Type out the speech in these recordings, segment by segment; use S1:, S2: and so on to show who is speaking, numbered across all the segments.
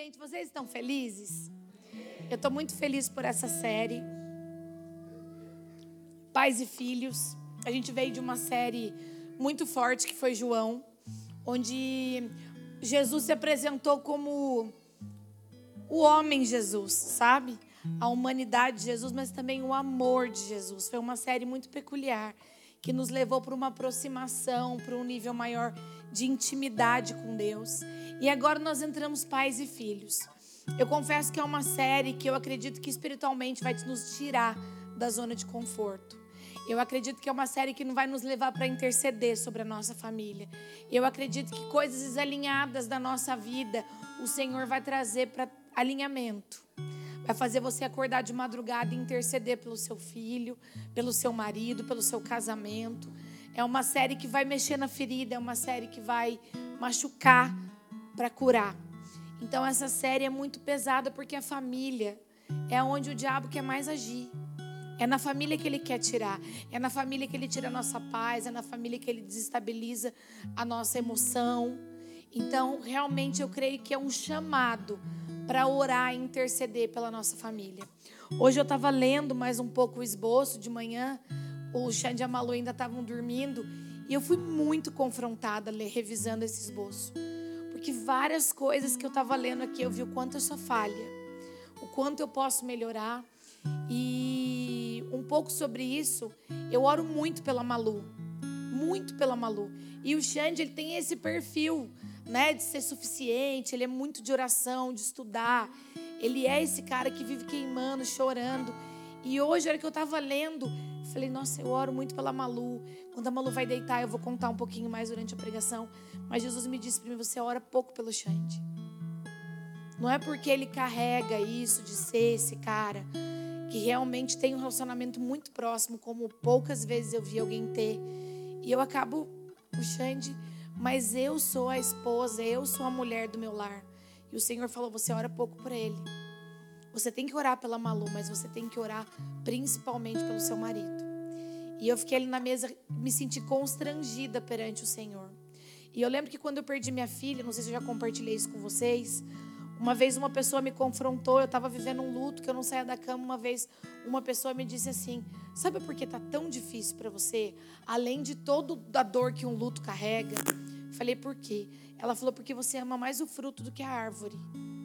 S1: Gente, vocês estão felizes? Eu estou muito feliz por essa série. Pais e Filhos. A gente veio de uma série muito forte que foi João, onde Jesus se apresentou como o homem Jesus, sabe? A humanidade de Jesus, mas também o amor de Jesus. Foi uma série muito peculiar, que nos levou para uma aproximação, para um nível maior de intimidade com Deus. E agora nós entramos Pais e Filhos. Eu confesso que é uma série que eu acredito que espiritualmente vai nos tirar da zona de conforto. Eu acredito que é uma série que não vai nos levar para interceder sobre a nossa família. Eu acredito que coisas desalinhadas da nossa vida, o Senhor vai trazer para alinhamento. Vai fazer você acordar de madrugada e interceder pelo seu filho, pelo seu marido, pelo seu casamento. É uma série que vai mexer na ferida, é uma série que vai machucar para curar. Então essa série é muito pesada porque a família é onde o diabo quer mais agir. É na família que ele quer tirar. É na família que ele tira a nossa paz. É na família que ele desestabiliza a nossa emoção. Então realmente eu creio que é um chamado para orar e interceder pela nossa família. Hoje eu estava lendo mais um pouco o esboço de manhã. O Xande e a Malu ainda estavam dormindo. E eu fui muito confrontada revisando esse esboço. Porque várias coisas que eu estava lendo aqui, eu vi o quanto eu sou falha. O quanto eu posso melhorar. E um pouco sobre isso, eu oro muito pela Malu. Muito pela Malu. E o Xande, ele tem esse perfil, né, de ser suficiente. Ele é muito de oração, de estudar. Ele é esse cara que vive queimando, chorando. E hoje, a hora que eu estava lendo, falei, nossa, eu oro muito pela Malu. Quando a Malu vai deitar, eu vou contar um pouquinho mais durante a pregação. Mas Jesus me disse para mim, você ora pouco pelo Xande. Não é porque ele carrega isso de ser esse cara, que realmente tem um relacionamento muito próximo, como poucas vezes eu vi alguém ter. E eu acabo, o Xande, mas eu sou a esposa, eu sou a mulher do meu lar. E o Senhor falou, você ora pouco por ele. Você tem que orar pela Malu, mas você tem que orar principalmente pelo seu marido. E eu fiquei ali na mesa, me senti constrangida perante o Senhor. E eu lembro que quando eu perdi minha filha, não sei se eu já compartilhei isso com vocês, uma vez uma pessoa me confrontou, eu estava vivendo um luto, que eu não saía da cama. Uma vez uma pessoa me disse assim, sabe por que está tão difícil para você? Além de toda a dor que um luto carrega. Falei, por quê? Ela falou, porque você ama mais o fruto do que a árvore.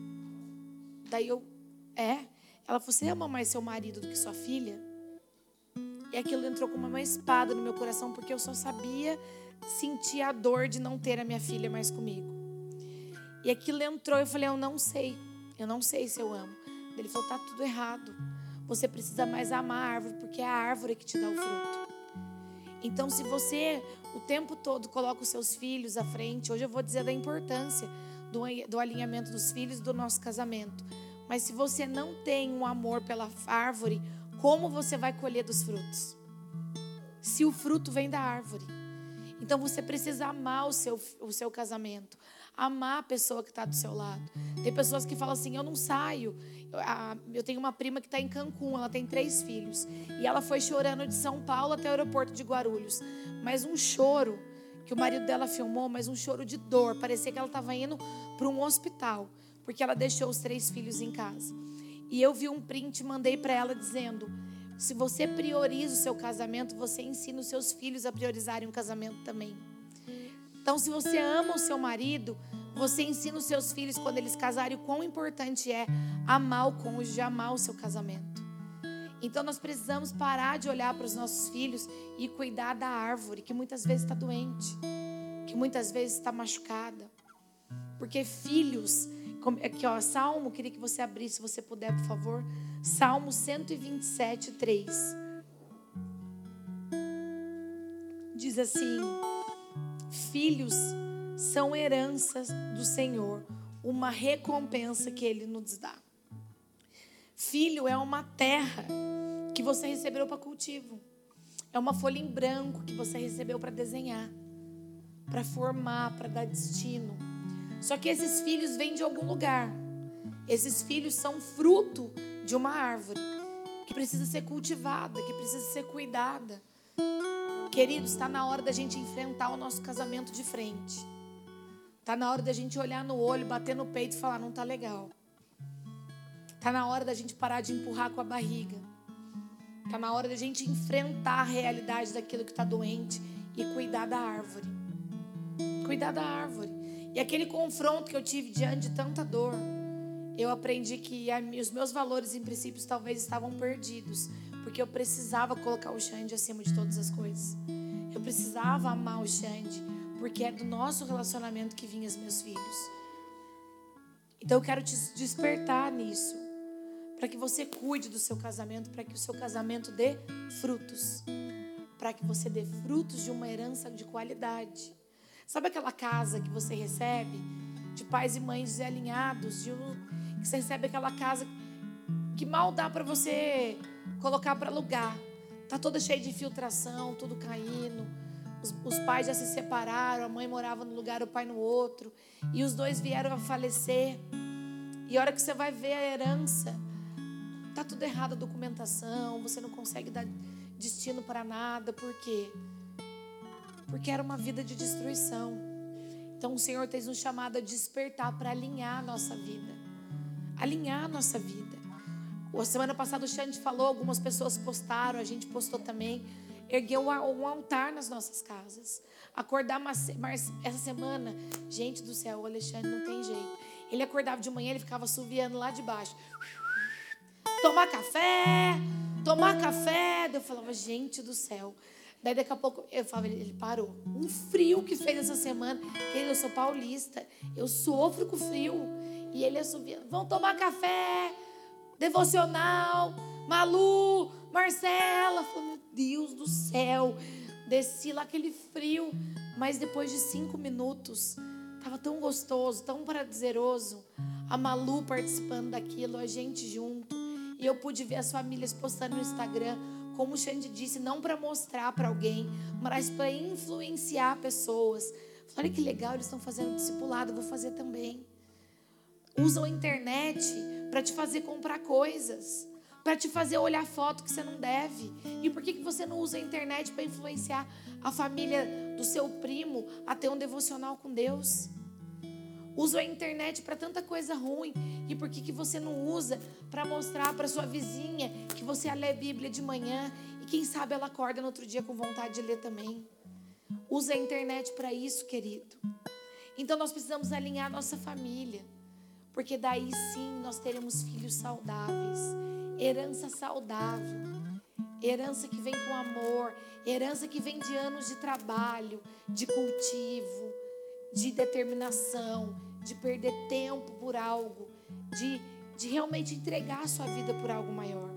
S1: Daí eu, Ela falou, você ama mais seu marido do que sua filha? E aquilo entrou como uma espada no meu coração, porque eu só sabia sentir a dor de não ter a minha filha mais comigo. E aquilo entrou, eu falei, eu não sei se eu amo. Ele falou, tá tudo errado. Você precisa mais amar a árvore, porque é a árvore que te dá o fruto. Então, se você o tempo todo coloca os seus filhos à frente, hoje eu vou dizer da importância do alinhamento dos filhos do nosso casamento. Mas se você não tem um amor pela árvore, como você vai colher dos frutos? Se o fruto vem da árvore. Então você precisa amar o seu casamento. Amar a pessoa que está do seu lado. Tem pessoas que falam assim, eu não saio. Eu tenho uma prima que está em Cancún, ela tem 3 filhos. E ela foi chorando de São Paulo até o aeroporto de Guarulhos. Mas um choro, que o marido dela filmou, mas um choro de dor. Parecia que ela estava indo para um hospital, porque ela deixou os 3 filhos em casa. E eu vi um print e mandei para ela dizendo, se você prioriza o seu casamento, você ensina os seus filhos a priorizarem o casamento também. Então, se você ama o seu marido, você ensina os seus filhos, quando eles casarem, o quão importante é amar o cônjuge, amar o seu casamento. Então, nós precisamos parar de olhar para os nossos filhos e cuidar da árvore, que muitas vezes está doente, que muitas vezes está machucada. Porque filhos, aqui ó, Salmo, queria que você abrisse, se você puder, por favor. Salmo 127, 3. Diz assim, filhos são heranças do Senhor, uma recompensa que Ele nos dá. Filho é uma terra que você recebeu para cultivo. É uma folha em branco que você recebeu para desenhar, para formar, para dar destino. Só que esses filhos vêm de algum lugar. Esses filhos são fruto de uma árvore que precisa ser cultivada, que precisa ser cuidada. Queridos, está na hora da gente enfrentar o nosso casamento de frente. Tá na hora da gente olhar no olho, bater no peito e falar, não tá legal. Tá na hora da gente parar de empurrar com a barriga. Tá na hora da gente enfrentar a realidade daquilo que tá doente e cuidar da árvore. Cuidar da árvore. E aquele confronto que eu tive diante de tanta dor, eu aprendi que os meus valores e princípios talvez estavam perdidos, porque eu precisava colocar o Xande acima de todas as coisas. Eu precisava amar o Xande, porque é do nosso relacionamento que vinham os meus filhos. Então eu quero te despertar nisso, para que você cuide do seu casamento, para que o seu casamento dê frutos, para que você dê frutos de uma herança de qualidade. Sabe aquela casa que você recebe de pais e mães desalinhados, que você recebe aquela casa que mal dá para você colocar para alugar, tá toda cheia de infiltração, tudo caindo, os pais já se separaram, a mãe morava num lugar, o pai no outro, e os dois vieram a falecer, e a hora que você vai ver a herança, tá tudo errado a documentação, você não consegue dar destino para nada. Por quê? Porque era uma vida de destruição. Então o Senhor tem nos chamado a despertar para alinhar a nossa vida. Alinhar a nossa vida. A semana passada o Xande falou, algumas pessoas postaram, a gente postou também. Ergueu um altar nas nossas casas. Acordar mas essa semana, gente do céu, o Alexandre não tem jeito. Ele acordava de manhã, ele ficava assoviando lá de baixo. Tomar café. Eu falava, gente do céu. Daí daqui a pouco, eu falava, ele parou. Um frio que fez essa semana. Eu sou paulista, eu sofro com frio. E ele assoviando, vão tomar café, devocional, Malu, Marcela. Eu falei, meu Deus do céu. Desci lá aquele frio. Mas depois de 5 minutos, estava tão gostoso, tão prazeroso. A Malu participando daquilo, a gente junto. E eu pude ver as famílias postando no Instagram, como o Xande disse, não para mostrar para alguém, mas para influenciar pessoas. Olha que legal, eles estão fazendo discipulado, eu vou fazer também. Usam a internet para te fazer comprar coisas, para te fazer olhar foto que você não deve. E por que você não usa a internet para influenciar a família do seu primo a ter um devocional com Deus? Usa a internet para tanta coisa ruim. E por que você não usa para mostrar para sua vizinha que você lê Bíblia de manhã e quem sabe ela acorda no outro dia com vontade de ler também? Usa a internet para isso, querido. Então nós precisamos alinhar a nossa família, porque daí sim nós teremos filhos saudáveis, herança saudável, herança que vem com amor, herança que vem de anos de trabalho, de cultivo, de determinação, de perder tempo por algo, de realmente entregar a sua vida por algo maior.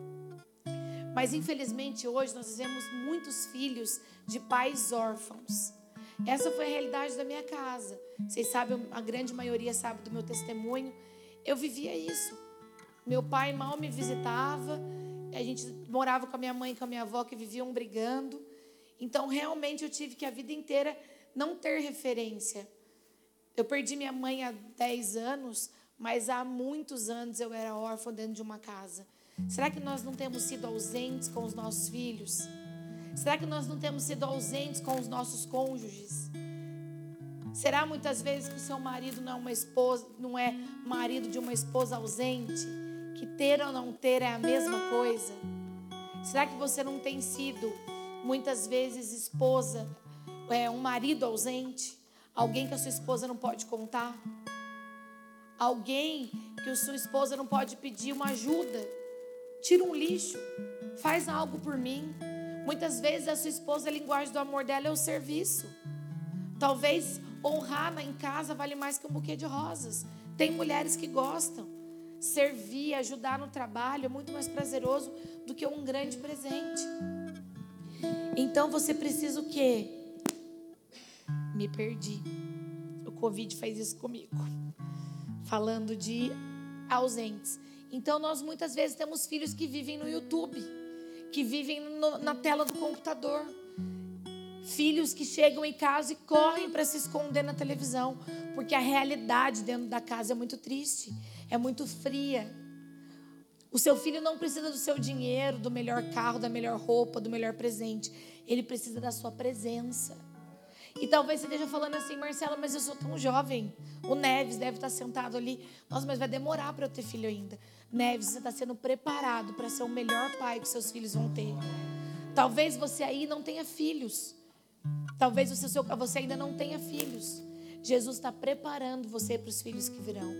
S1: Mas infelizmente hoje nós vemos muitos filhos de pais órfãos. Essa foi a realidade da minha casa. Vocês sabem, a grande maioria sabe do meu testemunho. Eu vivia isso. Meu pai mal me visitava, a gente morava com a minha mãe e com a minha avó que viviam brigando. Então realmente eu tive que a vida inteira não ter referência. Eu perdi minha mãe há 10 anos, mas há muitos anos eu era órfã dentro de uma casa. Será que nós não temos sido ausentes com os nossos filhos? Será que nós não temos sido ausentes com os nossos cônjuges? Será muitas vezes que o seu marido não é marido de uma esposa ausente? Que ter ou não ter é a mesma coisa? Será que você não tem sido muitas vezes um marido ausente? Alguém que a sua esposa não pode contar? Alguém que a sua esposa não pode pedir uma ajuda? Tira um lixo, faz algo por mim. Muitas vezes a sua esposa, a linguagem do amor dela é o serviço. Talvez honrar em casa vale mais que um buquê de rosas. Tem mulheres que gostam. Servir, ajudar no trabalho é muito mais prazeroso do que um grande presente. Então você precisa o quê? Me perdi. O Covid fez isso comigo. Falando de ausentes. Então nós muitas vezes temos filhos que vivem no YouTube, que vivem na tela do computador. Filhos que chegam em casa e correm para se esconder na televisão, porque a realidade dentro da casa é muito triste, é muito fria. O seu filho não precisa do seu dinheiro, do melhor carro, da melhor roupa, do melhor presente. Ele precisa da sua presença. E talvez você esteja falando assim: Marcela, mas eu sou tão jovem. O Neves deve estar sentado ali. Nossa, mas vai demorar para eu ter filho ainda. Neves, você está sendo preparado para ser o melhor pai que seus filhos vão ter. Talvez você aí não tenha filhos. Talvez você ainda não tenha filhos. Jesus está preparando você para os filhos que virão.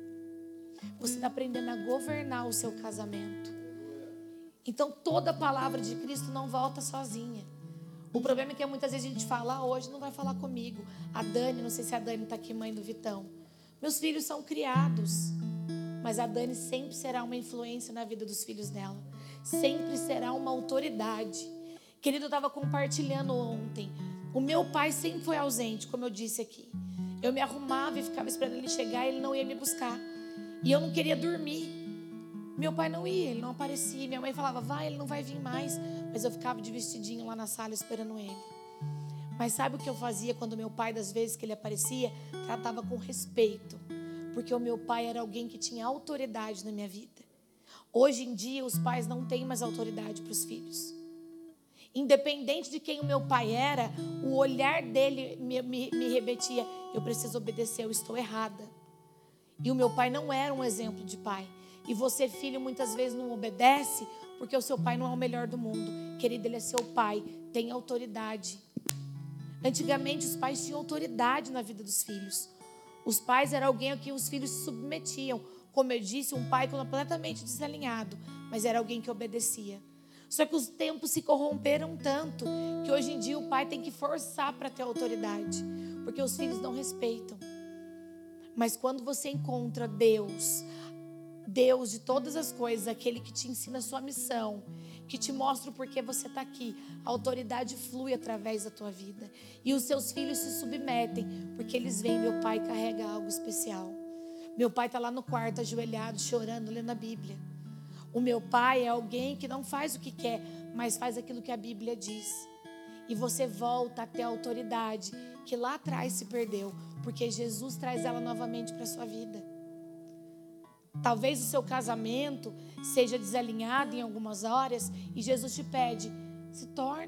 S1: Você está aprendendo a governar o seu casamento. Então toda a palavra de Cristo não volta sozinha. O problema é que muitas vezes a gente fala: hoje não vai falar comigo. A Dani, não sei se a Dani está aqui, mãe do Vitão. Meus filhos são criados. Mas a Dani sempre será uma influência na vida dos filhos dela. Sempre será uma autoridade. Querido, eu estava compartilhando ontem. O meu pai sempre foi ausente, como eu disse aqui. Eu me arrumava e ficava esperando ele chegar e ele não ia me buscar. E eu não queria dormir. Meu pai não ia, ele não aparecia. Minha mãe falava: vai, ele não vai vir mais. Mas eu ficava de vestidinho lá na sala esperando ele. Mas sabe o que eu fazia quando meu pai, das vezes que ele aparecia, tratava com respeito? Porque o meu pai era alguém que tinha autoridade na minha vida. Hoje em dia, os pais não têm mais autoridade para os filhos. Independente de quem o meu pai era, o olhar dele me repetia: eu preciso obedecer, eu estou errada. E o meu pai não era um exemplo de pai. E você, filho, muitas vezes não obedece porque o seu pai não é o melhor do mundo. Querido, ele é seu pai, tem autoridade. Antigamente, os pais tinham autoridade na vida dos filhos. Os pais eram alguém a quem os filhos se submetiam. Como eu disse, um pai completamente desalinhado, mas era alguém que obedecia. Só que os tempos se corromperam tanto que hoje em dia o pai tem que forçar para ter autoridade, porque os filhos não respeitam. Mas quando você encontra Deus de todas as coisas, aquele que te ensina a sua missão, que te mostra o porquê você está aqui, a autoridade flui através da tua vida. E os seus filhos se submetem, porque eles veem: meu pai carrega algo especial. Meu pai está lá no quarto, ajoelhado, chorando, lendo a Bíblia. O meu pai é alguém que não faz o que quer, mas faz aquilo que a Bíblia diz. E você volta a ter a autoridade que lá atrás se perdeu, porque Jesus traz ela novamente para a sua vida. Talvez o seu casamento seja desalinhado em algumas horas e Jesus te pede: se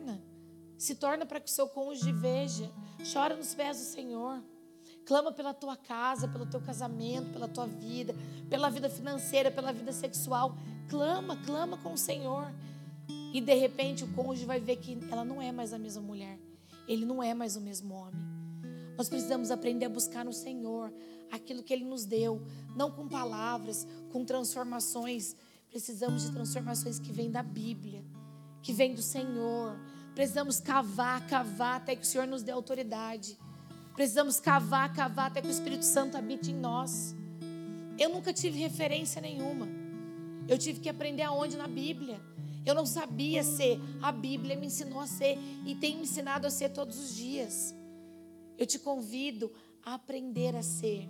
S1: torna para que o seu cônjuge veja. Chora nos pés do Senhor. Clama pela tua casa, pelo teu casamento, pela tua vida, pela vida financeira, pela vida sexual. Clama com o Senhor. E de repente o cônjuge vai ver que ela não é mais a mesma mulher. Ele não é mais o mesmo homem. Nós precisamos aprender a buscar no Senhor aquilo que Ele nos deu. Não com palavras, com transformações. Precisamos de transformações que vêm da Bíblia, que vêm do Senhor. Precisamos cavar até que o Senhor nos dê autoridade. Precisamos cavar até que o Espírito Santo habite em nós. Eu nunca tive referência nenhuma. Eu tive que aprender aonde? Na Bíblia. Eu não sabia ser. A Bíblia me ensinou a ser e tem me ensinado a ser todos os dias. Eu te convido a aprender a ser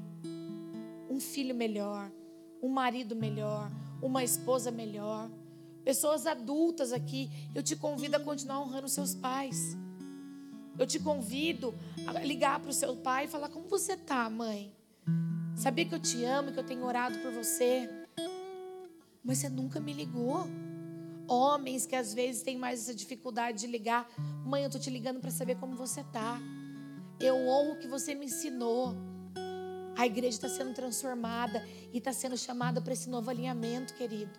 S1: um filho melhor, um marido melhor, uma esposa melhor. Pessoas adultas aqui, eu te convido a continuar honrando seus pais. Eu te convido a ligar para o seu pai e falar: como você está, mãe? Sabia que eu te amo, que eu tenho orado por você? Mas você nunca me ligou. Homens que às vezes têm mais essa dificuldade de ligar: mãe, eu estou te ligando para saber como você está. Eu honro o que você me ensinou. A igreja está sendo transformada e está sendo chamada para esse novo alinhamento, querido.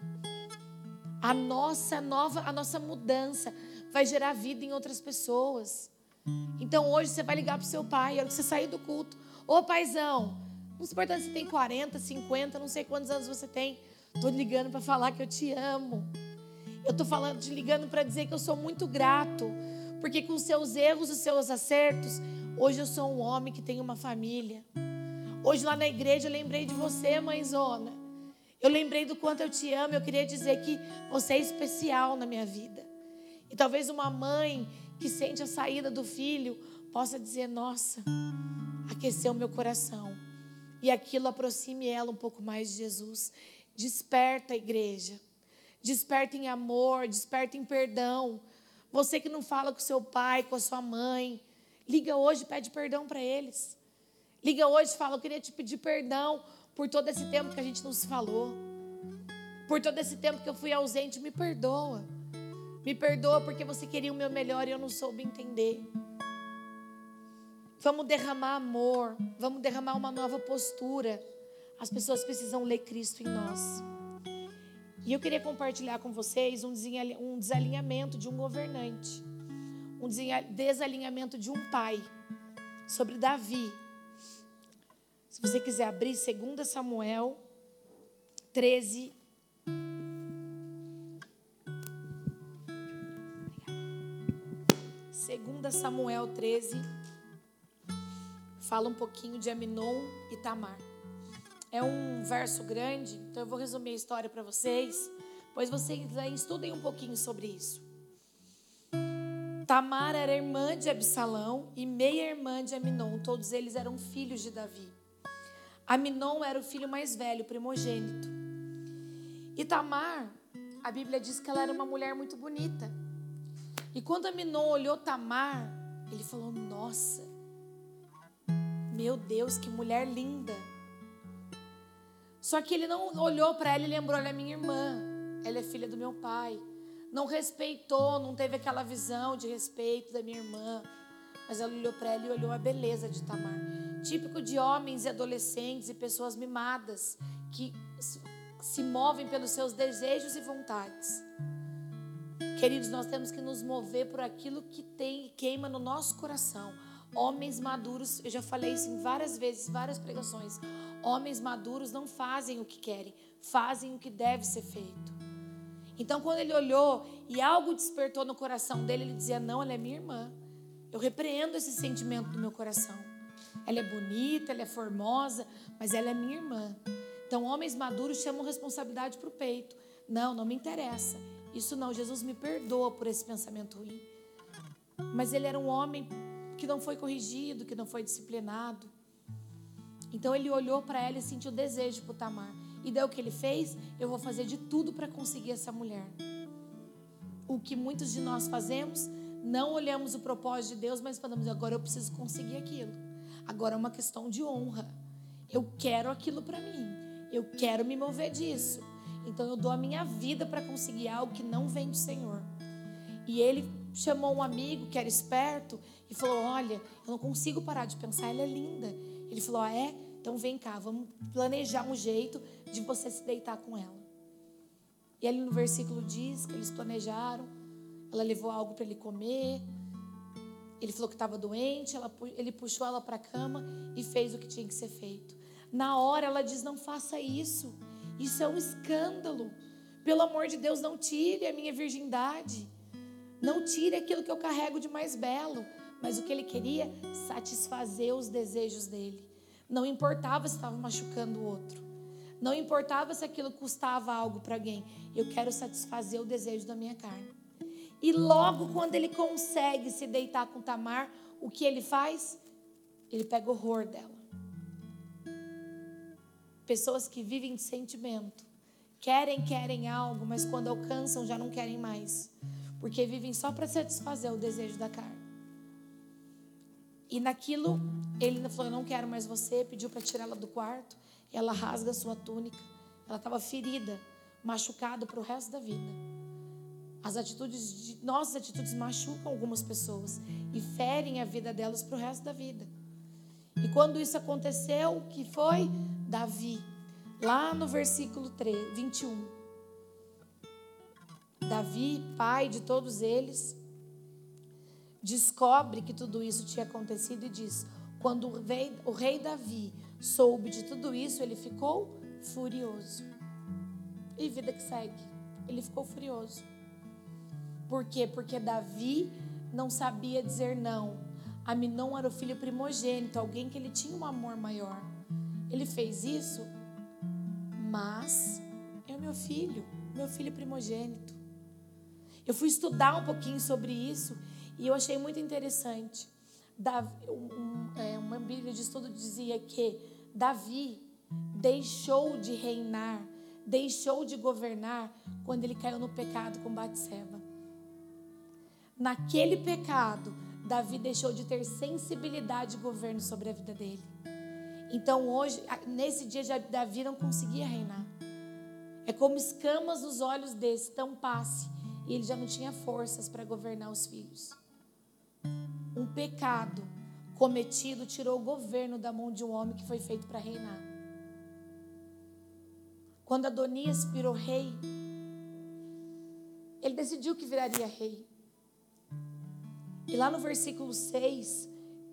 S1: A nossa mudança vai gerar vida em outras pessoas. Então hoje você vai ligar para o seu pai, a hora que você sair do culto: ô paizão, não se importa se tem 40, 50, não sei quantos anos você tem. Estou ligando para falar que eu te amo. Eu estou te ligando para dizer que eu sou muito grato, porque com os seus erros, os seus acertos, hoje eu sou um homem que tem uma família. Hoje lá na igreja eu lembrei de você, mãezona. Eu lembrei do quanto eu te amo. Eu queria dizer que você é especial na minha vida. E talvez uma mãe que sente a saída do filho possa dizer: nossa, aqueceu meu coração. E aquilo aproxime ela um pouco mais de Jesus. Desperta a igreja. Desperta em amor, desperta em perdão. Você que não fala com seu pai, com a sua mãe, liga hoje e pede perdão para eles. Liga hoje e fala: eu queria te pedir perdão por todo esse tempo que a gente não se falou. Por todo esse tempo que eu fui ausente, me perdoa. Me perdoa porque você queria o meu melhor e eu não soube entender. vamos derramar amor, vamos derramar uma nova postura. As pessoas precisam ler Cristo em nós. E eu queria compartilhar com vocês um desalinhamento de um governante, um desalinhamento de um pai, sobre Davi. Se você quiser abrir 2 Samuel 13. 2 Samuel 13 fala um pouquinho de Aminon e Tamar. É um verso grande, então eu vou resumir a história para vocês, pois vocês estudem um pouquinho sobre isso. Tamar era irmã de Absalão e meia-irmã de Aminon. Todos eles eram filhos de Davi. Aminon era o filho mais velho, primogênito. E Tamar, a Bíblia diz que ela era uma mulher muito bonita. E quando Aminon olhou Tamar, ele falou: nossa, meu Deus, que mulher linda. Só que ele não olhou para ela e lembrou: ela é minha irmã, ela é filha do meu pai. Não respeitou, não teve aquela visão de respeito da minha irmã. Mas ela olhou para ela e olhou a beleza de Tamar. Típico de homens e adolescentes e pessoas mimadas, que se movem pelos seus desejos e vontades. Queridos, nós temos que nos mover por aquilo que tem e queima no nosso coração. Homens maduros, eu já falei isso em várias vezes, várias pregações. Homens maduros não fazem o que querem, fazem o que deve ser feito. Então, quando ele olhou e algo despertou no coração dele, ele dizia: não, ela é minha irmã. Eu repreendo esse sentimento do meu coração. Ela é bonita, ela é formosa, mas ela é minha irmã. Então, homens maduros chamam responsabilidade para o peito. Não, não me interessa. Isso não, Jesus me perdoa por esse pensamento ruim. Mas ele era um homem que não foi corrigido, que não foi disciplinado. Então ele olhou para ela e sentiu desejo por Tamar. E daí o que ele fez? Eu vou fazer de tudo para conseguir essa mulher. O que muitos de nós fazemos, não olhamos o propósito de Deus, mas falamos: agora eu preciso conseguir aquilo. Agora é uma questão de honra. Eu quero aquilo para mim. Eu quero me mover disso. Então eu dou a minha vida para conseguir algo que não vem do Senhor. E ele chamou um amigo que era esperto e falou: olha, eu não consigo parar de pensar, ela é linda. Ele falou: ah, é? Então vem cá, vamos planejar um jeito de você se deitar com ela. E ali no versículo diz que eles planejaram. Ela levou algo para ele comer. Ele falou que estava doente. Ele puxou ela para a cama e fez o que tinha que ser feito. Na hora ela diz: não faça isso. Isso é um escândalo. Pelo amor de Deus, não tire a minha virgindade. Não tire aquilo que eu carrego de mais belo. Mas o que ele queria? Satisfazer os desejos dele. Não importava se estava machucando o outro. Não importava se aquilo custava algo para alguém. Eu quero satisfazer o desejo da minha carne. E logo quando ele consegue se deitar com Tamar, o que ele faz? Ele pega horror dela. Pessoas que vivem de sentimento. Querem algo, mas quando alcançam já não querem mais. Porque vivem só para satisfazer o desejo da carne. E naquilo, ele falou: eu não quero mais você. Pediu para tirá-la do quarto. Ela rasga a sua túnica. Ela estava ferida, machucada para o resto da vida. Nossas atitudes machucam algumas pessoas e ferem a vida delas para o resto da vida. E quando isso aconteceu, o que foi? Davi, lá no versículo 21. Davi, pai de todos eles, descobre que tudo isso tinha acontecido e diz: quando o rei Davi soube de tudo isso, ele ficou furioso. E vida que segue, ele ficou furioso. Por quê? Porque Davi não sabia dizer não. Aminon era o filho primogênito, alguém que ele tinha um amor maior. Ele fez isso, mas é o meu filho primogênito. Eu fui estudar um pouquinho sobre isso e eu achei muito interessante. Uma Bíblia de estudo dizia que Davi deixou de reinar, deixou de governar quando ele caiu no pecado com Batseba. Naquele pecado, Davi deixou de ter sensibilidade e governo sobre a vida dele. Então hoje, nesse dia, Davi não conseguia reinar. É como escamas nos olhos desse, tampasse. E ele já não tinha forças para governar os filhos. Um pecado cometido tirou o governo da mão de um homem que foi feito para reinar. Quando Adonias virou rei, ele decidiu que viraria rei. E lá no versículo 6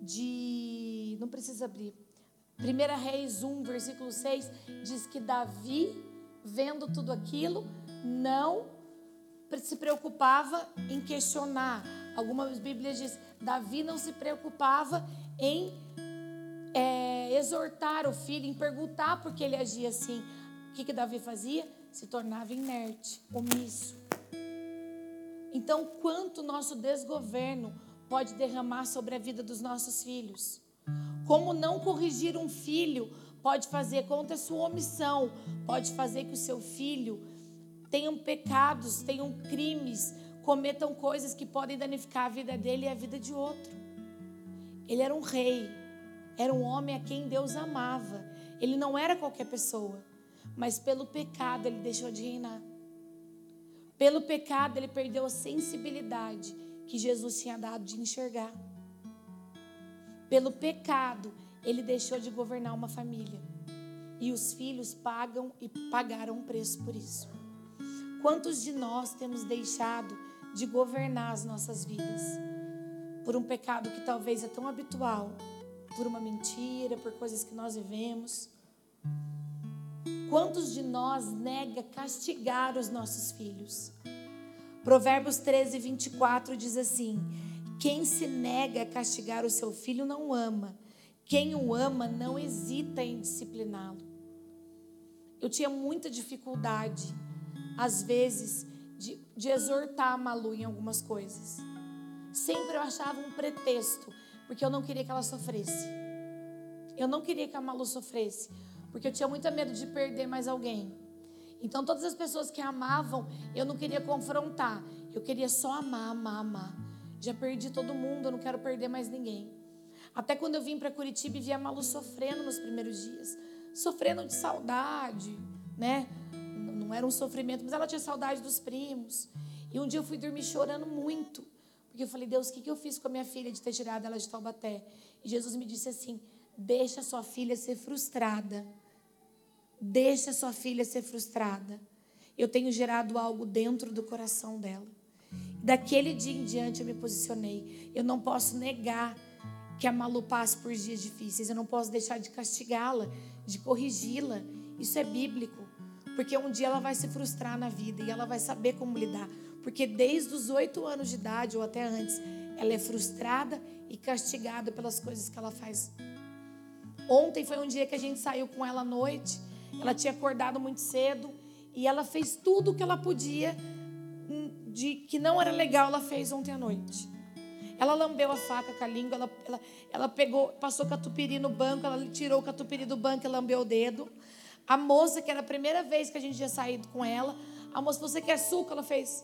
S1: não precisa abrir. 1 Reis 1, versículo 6, diz que Davi, vendo tudo aquilo, não se preocupava em questionar. Algumas Bíblias dizem, Davi não se preocupava em exortar o filho, em perguntar por que ele agia assim. O que Davi fazia? Se tornava inerte, omisso. Então, quanto nosso desgoverno pode derramar sobre a vida dos nossos filhos? Como não corrigir um filho pode fazer contra a sua omissão, pode fazer que o seu filho tenham pecados, tenham crimes, cometam coisas que podem danificar a vida dele e a vida de outro. Ele era um rei, era um homem a quem Deus amava. Ele não era qualquer pessoa, mas pelo pecado ele deixou de reinar. Pelo pecado ele perdeu a sensibilidade que Jesus tinha dado de enxergar. Pelo pecado, ele deixou de governar uma família. E os filhos pagam e pagaram um preço por isso. Quantos de nós temos deixado de governar as nossas vidas? Por um pecado que talvez é tão habitual, por uma mentira, por coisas que nós vivemos. Quantos de nós nega castigar os nossos filhos? Provérbios 13, 24 diz assim: quem se nega a castigar o seu filho não o ama. Quem o ama não hesita em discipliná-lo. Eu tinha muita dificuldade, às vezes, de exortar a Malu em algumas coisas. Sempre eu achava um pretexto, porque eu não queria que ela sofresse. Eu não queria que a Malu sofresse, porque eu tinha muito medo de perder mais alguém. Então, todas as pessoas que a amavam, eu não queria confrontar. Eu queria só amar, amar, amar. Já perdi todo mundo, eu não quero perder mais ninguém. Até quando eu vim para Curitiba e vi a Malu sofrendo nos primeiros dias. Sofrendo de saudade, né? Não era um sofrimento, mas ela tinha saudade dos primos. E um dia eu fui dormir chorando muito. Porque eu falei, Deus, o que eu fiz com a minha filha de ter tirado ela de Taubaté? E Jesus me disse assim, deixa sua filha ser frustrada. Deixa sua filha ser frustrada. Eu tenho gerado algo dentro do coração dela. Daquele dia em diante eu me posicionei. Eu não posso negar que a Malu passe por dias difíceis. Eu não posso deixar de castigá-la, de corrigi-la. Isso é bíblico. Porque um dia ela vai se frustrar na vida e ela vai saber como lidar. Porque desde os 8 anos de idade ou até antes, ela é frustrada e castigada pelas coisas que ela faz. Ontem foi um dia que a gente saiu com ela à noite. Ela tinha acordado muito cedo e ela fez tudo o que ela podia de que não era legal, ela fez ontem à noite. Ela lambeu a faca com a língua, ela pegou, passou catupiry no banco, ela tirou o catupiry do banco e lambeu o dedo. A moça, que era a primeira vez que a gente tinha saído com ela, a moça, você quer suco? Ela fez.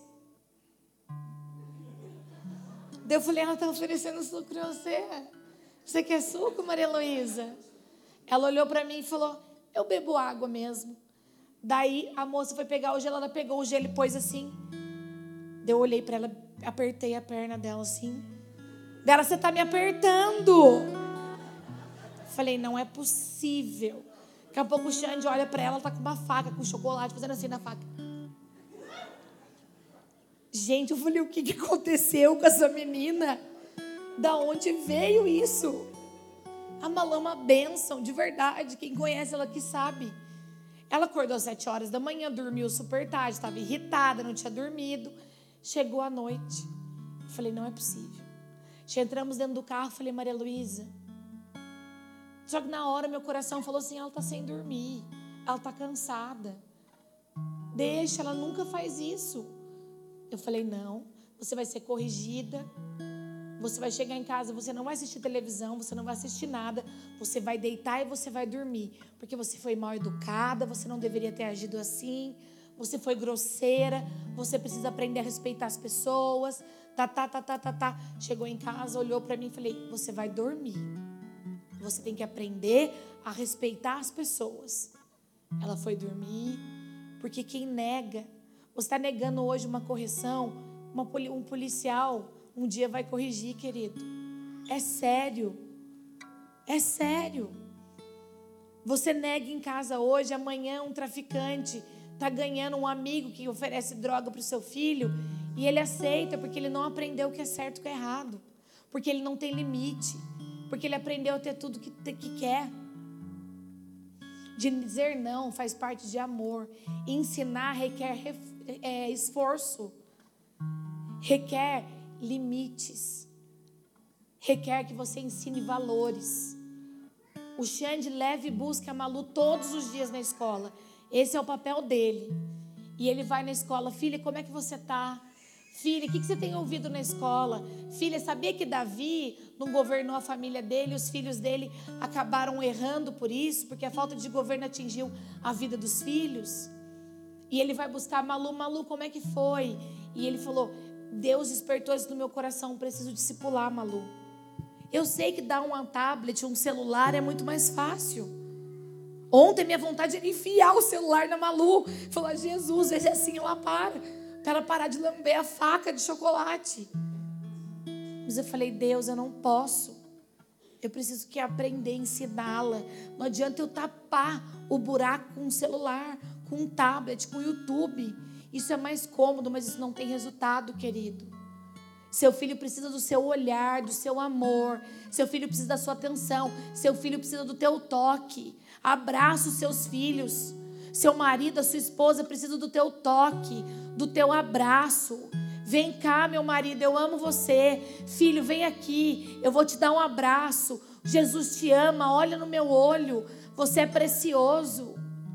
S1: Daí eu falei, ela está oferecendo suco para você. Você quer suco, Maria Heloísa? Ela olhou para mim e falou, eu bebo água mesmo. Daí a moça foi pegar o gelo, ela pegou o gelo e pôs assim. Daí eu olhei para ela, apertei a perna dela assim. Dela, você está me apertando. Falei, não é possível. Daqui a pouco o Xande olha para ela, está com uma faca, com chocolate, fazendo assim na faca. Gente, eu falei, o que aconteceu com essa menina? Da onde veio isso? A Malu é uma bênção, de verdade. Quem conhece ela que sabe. Ela acordou às 7 horas da manhã, dormiu super tarde, estava irritada, não tinha dormido. Chegou à noite. Eu falei, não é possível. Entramos dentro do carro, falei, Maria Heloísa. Só que na hora meu coração falou assim, ela está sem dormir. Ela está cansada. Deixa, ela nunca faz isso. Eu falei, não, você vai ser corrigida. Você vai chegar em casa, você não vai assistir televisão, você não vai assistir nada. Você vai deitar e você vai dormir. Porque você foi mal educada, você não deveria ter agido assim. Você foi grosseira, você precisa aprender a respeitar as pessoas. Chegou em casa, olhou para mim e falei, você vai dormir. Você tem que aprender a respeitar as pessoas. Ela foi dormir, porque quem nega, você está negando hoje uma correção, um policial um dia vai corrigir, querido. É sério. É sério. Você nega em casa hoje, amanhã um traficante está ganhando um amigo que oferece droga para o seu filho e ele aceita porque ele não aprendeu o que é certo e o que é errado. Porque ele não tem limite. Porque ele aprendeu a ter tudo que quer. De dizer não faz parte de amor. Ensinar requer esforço. Requer limites. Requer que você ensine valores. O Xande leva e busca a Malu todos os dias na escola. Esse é o papel dele. E ele vai na escola. Filha, como é que você está? Filha, o que você tem ouvido na escola? Filha, sabia que Davi não governou a família dele? Os filhos dele acabaram errando por isso, porque a falta de governo atingiu a vida dos filhos. E ele vai buscar a Malu. Malu, como é que foi? E ele falou, Deus despertou isso no meu coração, preciso discipular, Malu. Eu sei que dar um tablet, um celular é muito mais fácil. Ontem minha vontade era enfiar o celular na Malu. Falar, Jesus, vê se assim ela para ela parar de lamber a faca de chocolate. Mas eu falei, Deus, eu não posso. Eu preciso que aprender a ensiná-la. Não adianta eu tapar o buraco com um celular, com um tablet, com o YouTube. Isso é mais cômodo, mas isso não tem resultado, querido. Seu filho precisa do seu olhar, do seu amor. Seu filho precisa da sua atenção. Seu filho precisa do teu toque. Abraça os seus filhos. Seu marido, a sua esposa precisa do teu toque, do teu abraço. Vem cá, meu marido, eu amo você. Filho, vem aqui, eu vou te dar um abraço. Jesus te ama, olha no meu olho. Você é precioso.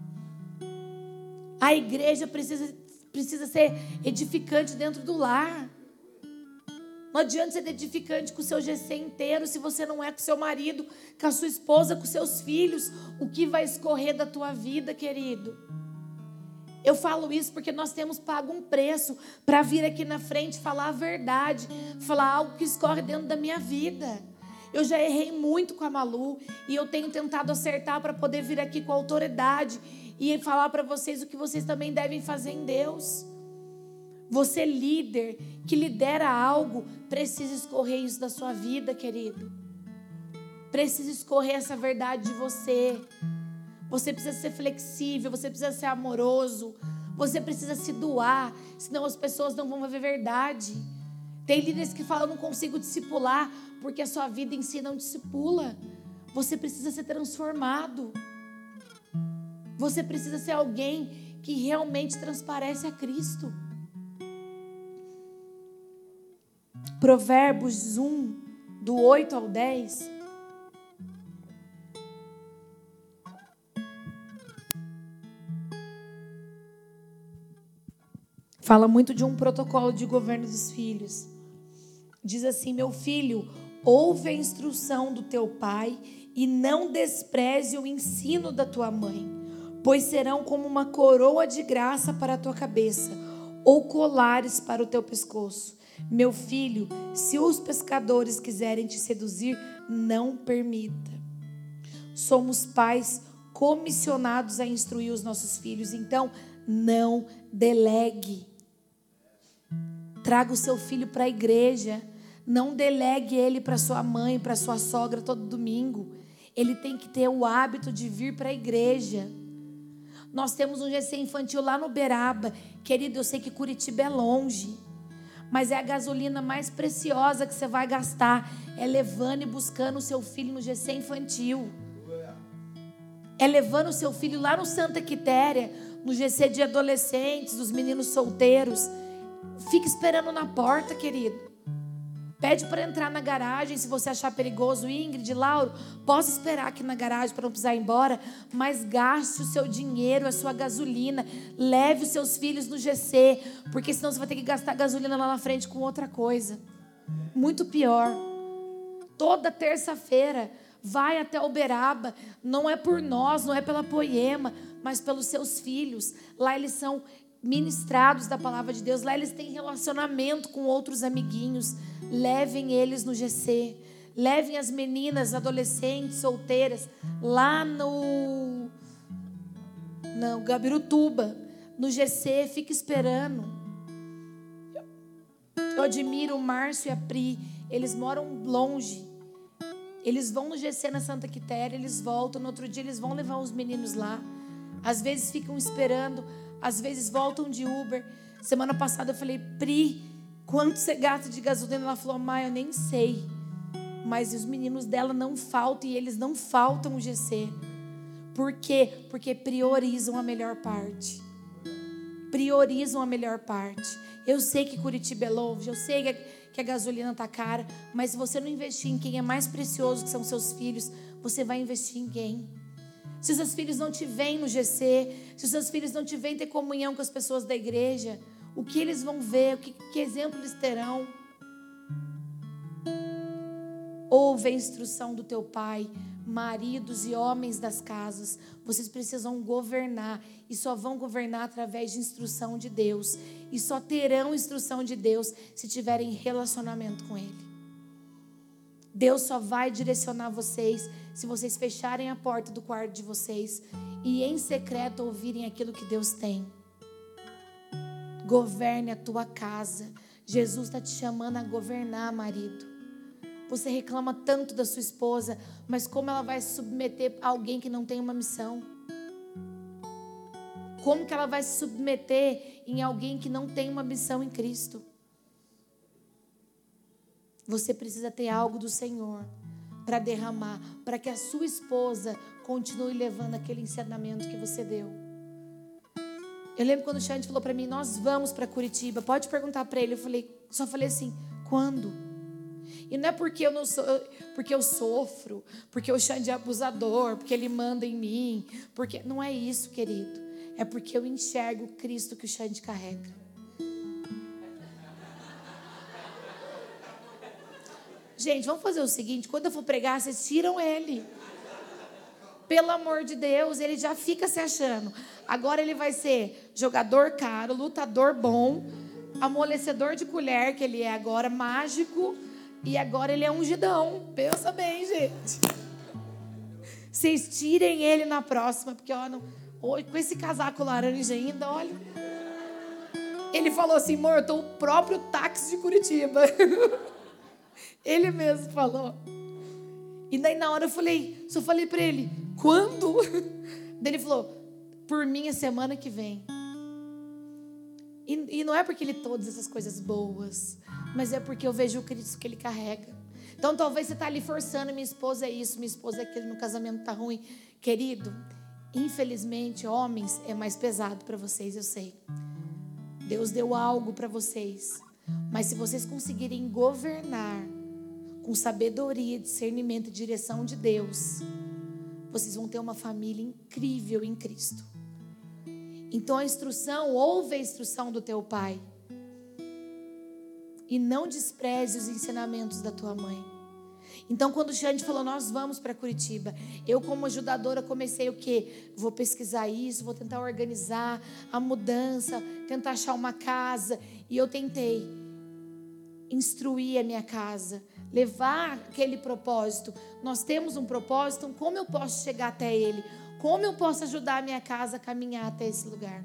S1: A igreja precisa ser edificante dentro do lar. Não adianta ser edificante com o seu GC inteiro se você não é com seu marido, com a sua esposa, com seus filhos. O que vai escorrer da tua vida, querido? Eu falo isso porque nós temos pago um preço para vir aqui na frente falar a verdade, falar algo que escorre dentro da minha vida. Eu já errei muito com a Malu e eu tenho tentado acertar para poder vir aqui com autoridade e falar para vocês o que vocês também devem fazer em Deus. Você líder que lidera algo, precisa escorrer isso da sua vida, querido. Precisa escorrer essa verdade de você. Você precisa ser flexível, você precisa ser amoroso. Você precisa se doar, senão as pessoas não vão ver verdade. Tem líderes que falam, não consigo discipular, porque a sua vida em si não discipula. Você precisa ser transformado. Você precisa ser alguém que realmente transparece a Cristo. Provérbios 1, do 8 ao 10. Fala muito de um protocolo de governo dos filhos. Diz assim, meu filho, ouve a instrução do teu pai e não despreze o ensino da tua mãe, pois serão como uma coroa de graça para a tua cabeça, ou colares para o teu pescoço. Meu filho, se os pescadores quiserem te seduzir, não permita. Somos pais comissionados a instruir os nossos filhos, então não delegue. Traga o seu filho para a igreja. Não delegue ele para sua mãe, para sua sogra todo domingo. Ele tem que ter o hábito de vir para a igreja. Nós temos um GC infantil lá no Uberaba. Querido, eu sei que Curitiba é longe, mas é a gasolina mais preciosa que você vai gastar. É levando e buscando o seu filho no GC infantil. É levando o seu filho lá no Santa Quitéria, no GC de adolescentes, dos meninos solteiros. Fica esperando na porta, querido. Pede para entrar na garagem, se você achar perigoso. Ingrid, Lauro, posso esperar aqui na garagem para não precisar ir embora, mas gaste o seu dinheiro, a sua gasolina. Leve os seus filhos no GC, porque senão você vai ter que gastar gasolina lá na frente com outra coisa. Muito pior. Toda terça-feira, vai até Uberaba. Não é por nós, não é pela Poema, mas pelos seus filhos. Lá eles são ministrados da palavra de Deus. Lá eles têm relacionamento com outros amiguinhos. Levem eles no GC. Levem as meninas, adolescentes, solteiras, lá no Gabirutuba, no GC. Fica esperando. Eu admiro o Márcio e a Pri. Eles moram longe. Eles vão no GC na Santa Quitéria, eles voltam, no outro dia eles vão levar os meninos lá. Às vezes ficam esperando, às vezes voltam de Uber. Semana passada eu falei, Pri, quanto você gasta de gasolina? Ela falou, Má, eu nem sei. Mas os meninos dela não faltam e eles não faltam o GC. Por quê? Porque priorizam a melhor parte. Priorizam a melhor parte. Eu sei que Curitiba é longe, eu sei que a gasolina está cara, mas se você não investir em quem é mais precioso, que são seus filhos, você vai investir em quem? Se os seus filhos não te veem no GC, se os seus filhos não te veem ter comunhão com as pessoas da igreja, o que eles vão ver? Que exemplo eles terão? Ouve a instrução do teu pai, maridos e homens das casas. Vocês precisam governar e só vão governar através de instrução de Deus. E só terão instrução de Deus se tiverem relacionamento com Ele. Deus só vai direcionar vocês se vocês fecharem a porta do quarto de vocês e em secreto ouvirem aquilo que Deus tem. Governe a tua casa. Jesus está te chamando a governar, marido. Você reclama tanto da sua esposa, mas como ela vai se submeter a alguém que não tem uma missão? Como que ela vai se submeter em alguém que não tem uma missão em Cristo? Você precisa ter algo do Senhor para derramar, para que a sua esposa continue levando aquele ensinamento que você deu. Eu lembro quando o Xande falou para mim, nós vamos para Curitiba, pode perguntar para ele. Só falei assim, quando? E não é porque eu não sou, porque eu sofro, porque o Xande é abusador, porque ele manda em mim, porque não é isso, querido. É porque eu enxergo o Cristo que o Xande carrega. Gente, vamos fazer o seguinte, quando eu for pregar, vocês tiram ele. Pelo amor de Deus, ele já fica se achando. Agora ele vai ser jogador caro, lutador bom, amolecedor de colher, que ele é agora, mágico. E agora ele é ungidão. Pensa bem, gente. Vocês tirem ele na próxima, porque ó, com esse casaco laranja ainda, olha. Ele falou assim, amor, eu tô o próprio táxi de Curitiba. Ele mesmo falou. E daí na hora só falei pra ele, quando? Daí ele falou, por mim a semana que vem. E não é porque ele todas essas coisas boas, mas é porque eu vejo o Cristo que ele carrega. Então talvez você está ali forçando, minha esposa é isso, minha esposa é aquilo, meu casamento está ruim. Querido, infelizmente, homens é mais pesado para vocês, eu sei. Deus deu algo para vocês. Mas se vocês conseguirem governar com sabedoria, discernimento e direção de Deus, vocês vão ter uma família incrível em Cristo. Então ouve a instrução do teu pai. E não despreze os ensinamentos da tua mãe. Então quando o Xande falou, nós vamos para Curitiba, eu como ajudadora comecei o quê? Vou pesquisar isso, vou tentar organizar a mudança, tentar achar uma casa. E eu tentei instruir a minha casa, levar aquele propósito. Nós temos um propósito, então como eu posso chegar até ele? Como eu posso ajudar a minha casa a caminhar até esse lugar?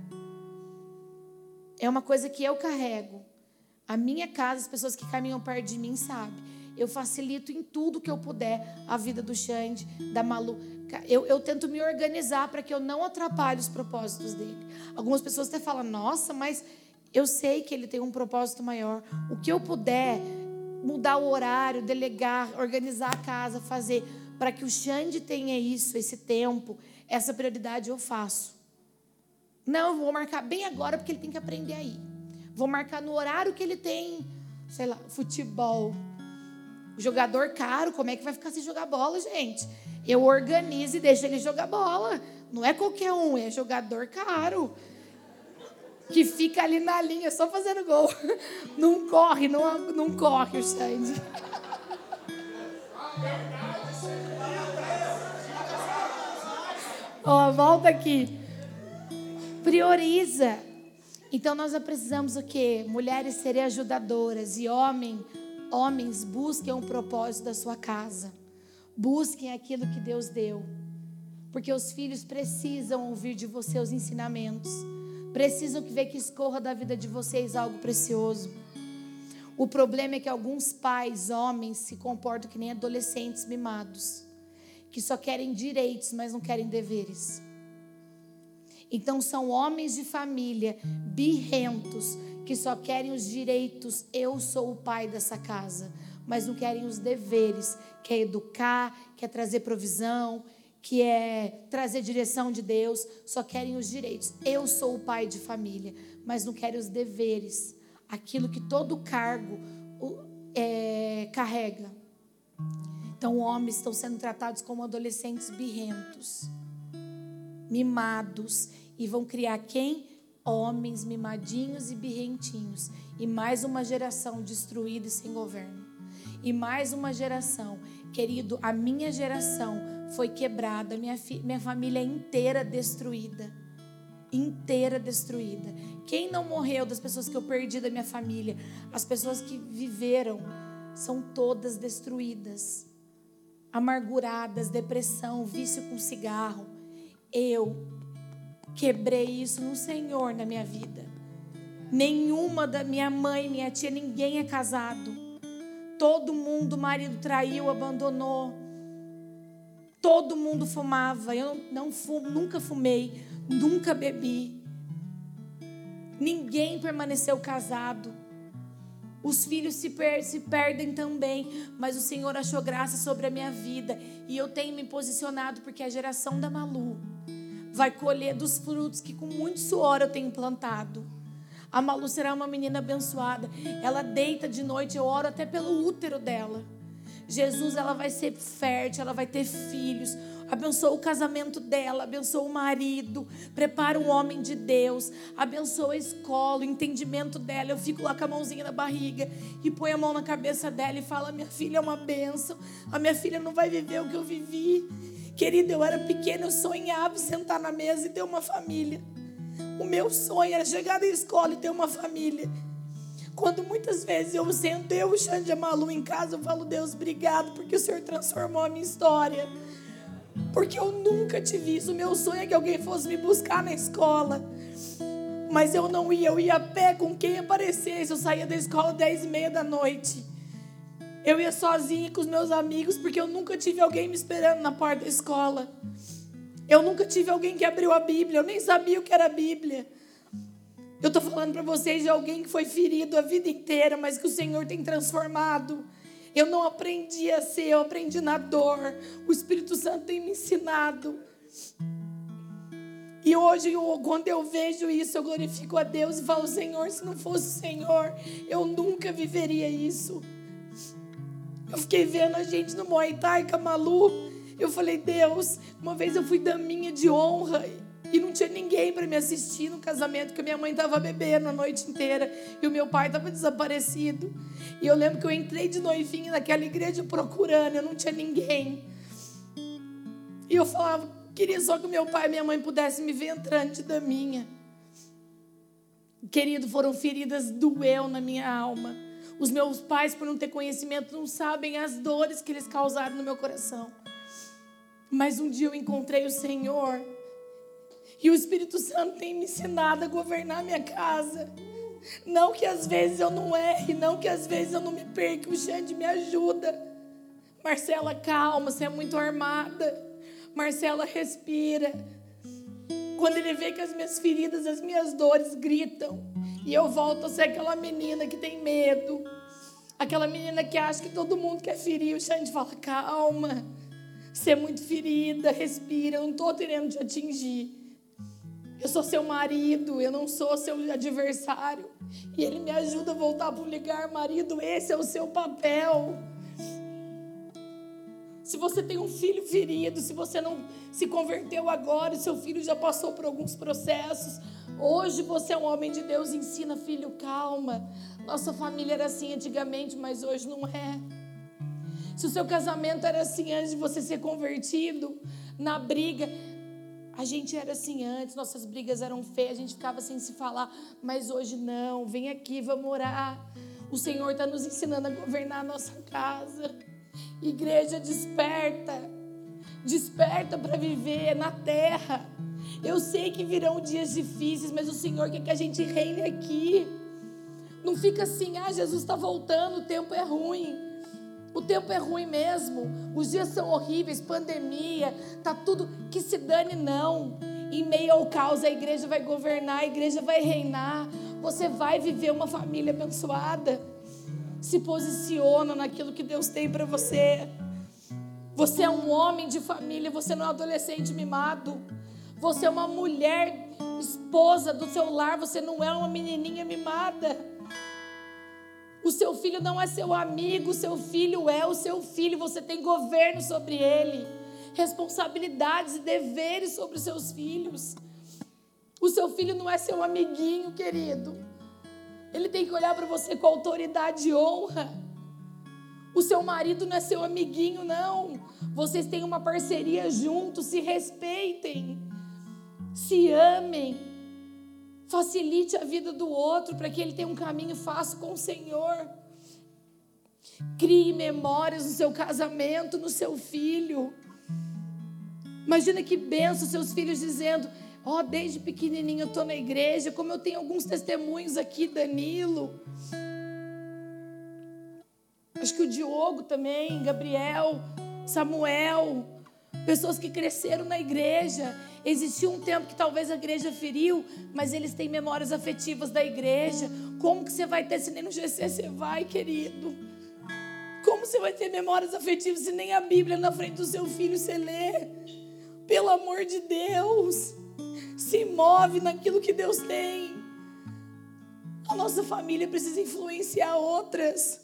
S1: É uma coisa que eu carrego. A minha casa, as pessoas que caminham perto de mim sabem. Eu facilito em tudo que eu puder a vida do Xande, da Malu. Eu tento me organizar para que eu não atrapalhe os propósitos dele. Algumas pessoas até falam, nossa, mas eu sei que ele tem um propósito maior. O que eu puder, mudar o horário, delegar, organizar a casa, fazer, para que o Xande tenha isso, esse tempo, essa prioridade eu faço. Não, eu vou marcar bem agora porque ele tem que aprender aí. Vou marcar no horário que ele tem, sei lá, futebol. Jogador caro, como é que vai ficar sem jogar bola, gente? Eu organizo e deixo ele jogar bola. Não é qualquer um, é jogador caro. Que fica ali na linha só fazendo gol. Não corre, não corre o Xande. Ó, volta aqui. Prioriza. Então nós precisamos o quê? Mulheres serem ajudadoras e homens busquem um propósito da sua casa. Busquem aquilo que Deus deu. Porque os filhos precisam ouvir de você os ensinamentos. Precisam ver que escorra da vida de vocês algo precioso. O problema é que alguns pais, homens, se comportam que nem adolescentes mimados, que só querem direitos, mas não querem deveres. Então são homens de família birrentos, que só querem os direitos. Eu sou o pai dessa casa, mas não querem os deveres, que é educar, que é trazer provisão, que é trazer direção de Deus. Só querem os direitos. Eu sou o pai de família, mas não querem os deveres, aquilo que todo cargo carrega. Então homens estão sendo tratados como adolescentes birrentos, mimados, e vão criar quem? Homens mimadinhos e birrentinhos, e mais uma geração destruída e sem governo, e mais uma geração, querido, a minha geração foi quebrada, minha família inteira destruída, quem não morreu das pessoas que eu perdi da minha família? As pessoas que viveram são todas destruídas, amarguradas, depressão, vício com cigarro. Eu quebrei isso no Senhor na minha vida. Nenhuma da minha mãe, minha tia, ninguém é casado. Todo mundo, o marido traiu, abandonou. Todo mundo fumava. Eu não fumo, nunca fumei, nunca bebi. Ninguém permaneceu casado. Os filhos se perdem também, mas o Senhor achou graça sobre a minha vida. E eu tenho me posicionado porque a geração da Malu vai colher dos frutos que com muito suor eu tenho plantado. A Malu será uma menina abençoada. Ela deita de noite, eu oro até pelo útero dela. Jesus, ela vai ser fértil, ela vai ter filhos. Abençoa o casamento dela, abençoa o marido, prepara um homem de Deus, abençoa a escola, o entendimento dela. Eu fico lá com a mãozinha na barriga e põe a mão na cabeça dela e fala: minha filha é uma bênção, a minha filha não vai viver o que eu vivi. Querida, eu era pequena, eu sonhava em sentar na mesa e ter uma família. O meu sonho era chegar na escola e ter uma família. Quando muitas vezes eu sento, eu e o Xande e a Malu em casa, eu falo: Deus, obrigado, porque o Senhor transformou a minha história. Porque eu nunca tive isso. O meu sonho é que alguém fosse me buscar na escola. Mas eu não ia, eu ia a pé com quem aparecesse. Eu saía da escola 10h30 da noite. Eu ia sozinha com os meus amigos, porque eu nunca tive alguém me esperando na porta da escola. Eu nunca tive alguém que abriu a Bíblia. Eu nem sabia o que era a Bíblia. Eu estou falando para vocês de alguém que foi ferido a vida inteira, mas que o Senhor tem transformado. Eu não aprendi a ser, eu aprendi na dor. O Espírito Santo tem me ensinado. E hoje, quando eu vejo isso, eu glorifico a Deus e falo: Senhor, se não fosse o Senhor, eu nunca viveria isso. Eu fiquei vendo a gente no Muay Thai com a Malu. Eu falei: Deus, uma vez eu fui daminha de honra e não tinha ninguém para me assistir no casamento, porque minha mãe estava bebendo a noite inteira e o meu pai estava desaparecido. E eu lembro que eu entrei de noivinha naquela igreja procurando, eu não tinha ninguém. E eu falava: queria só que meu pai e minha mãe pudessem me ver entrando de daminha. Querido, foram feridas, doeu na minha alma. Os meus pais, por não ter conhecimento, não sabem as dores que eles causaram no meu coração. Mas um dia eu encontrei o Senhor. E o Espírito Santo tem me ensinado a governar minha casa. Não que às vezes eu não erre, não que às vezes eu não me perca. O Xande me ajuda. Marcela, calma, você é muito armada. Marcela, respira. Quando ele vê que as minhas feridas, as minhas dores gritam, e eu volto a ser aquela menina que tem medo, aquela menina que acha que todo mundo quer ferir, o Xande fala: calma, você é muito ferida, respira, eu não estou querendo te atingir. Eu sou seu marido, eu não sou seu adversário. E ele me ajuda a voltar para o lugar: marido, esse é o seu papel. Se você tem um filho ferido, se você não se converteu agora, e seu filho já passou por alguns processos, hoje você é um homem de Deus, ensina: filho, calma. Nossa família era assim antigamente, mas hoje não é. Se o seu casamento era assim antes de você ser convertido, na briga, a gente era assim antes, nossas brigas eram feias, a gente ficava sem se falar, mas hoje não. Vem aqui, vamos orar. O Senhor está nos ensinando a governar a nossa casa. Igreja, desperta. Desperta para viver na terra. Eu sei que virão dias difíceis, mas o Senhor quer que a gente reine aqui. Não fica assim, Jesus está voltando, o tempo é ruim. O tempo é ruim mesmo. Os dias são horríveis, pandemia, tá tudo, que se dane não. Em meio ao caos a igreja vai governar, a igreja vai reinar. Você vai viver uma família abençoada. Se posiciona naquilo que Deus tem para você. Você é um homem de família, você não é um adolescente mimado. Você é uma mulher, esposa do seu lar, você não é uma menininha mimada. O seu filho não é seu amigo, o seu filho é o seu filho, você tem governo sobre ele, responsabilidades e deveres sobre os seus filhos. O seu filho não é seu amiguinho, querido. Ele tem que olhar para você com autoridade e honra. O seu marido não é seu amiguinho, não. Vocês têm uma parceria juntos, se respeitem, se amem. Facilite a vida do outro para que ele tenha um caminho fácil com o Senhor. Crie memórias no seu casamento, no seu filho. Imagina que benção seus filhos dizendo: desde pequenininho eu estou na igreja, como eu tenho alguns testemunhos aqui, Danilo. Acho que o Diogo também, Gabriel, Samuel, pessoas que cresceram na igreja. Existiu um tempo que talvez a igreja feriu, mas eles têm memórias afetivas da igreja. Como que você vai ter se nem no GC você vai, querido? Como você vai ter memórias afetivas se nem a Bíblia na frente do seu filho você lê? Pelo amor de Deus, se move naquilo que Deus tem. A nossa família precisa influenciar outras.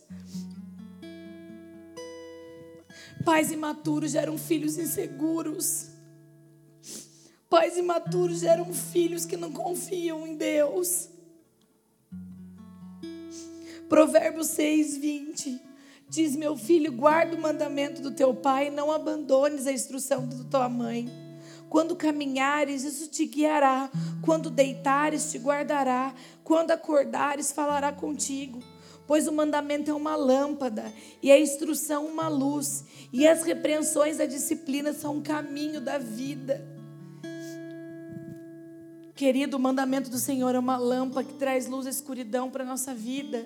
S1: Pais imaturos geram filhos inseguros. Pais imaturos geram filhos que não confiam em Deus. Provérbios 6:20 diz: meu filho, guarda o mandamento do teu pai, não abandones a instrução da tua mãe. Quando caminhares, isso te guiará. Quando deitares, te guardará. Quando acordares, falará contigo. Pois o mandamento é uma lâmpada e a instrução uma luz, e as repreensões da disciplina são um caminho da vida. Querido, o mandamento do Senhor é uma lâmpada que traz luz à escuridão para a nossa vida.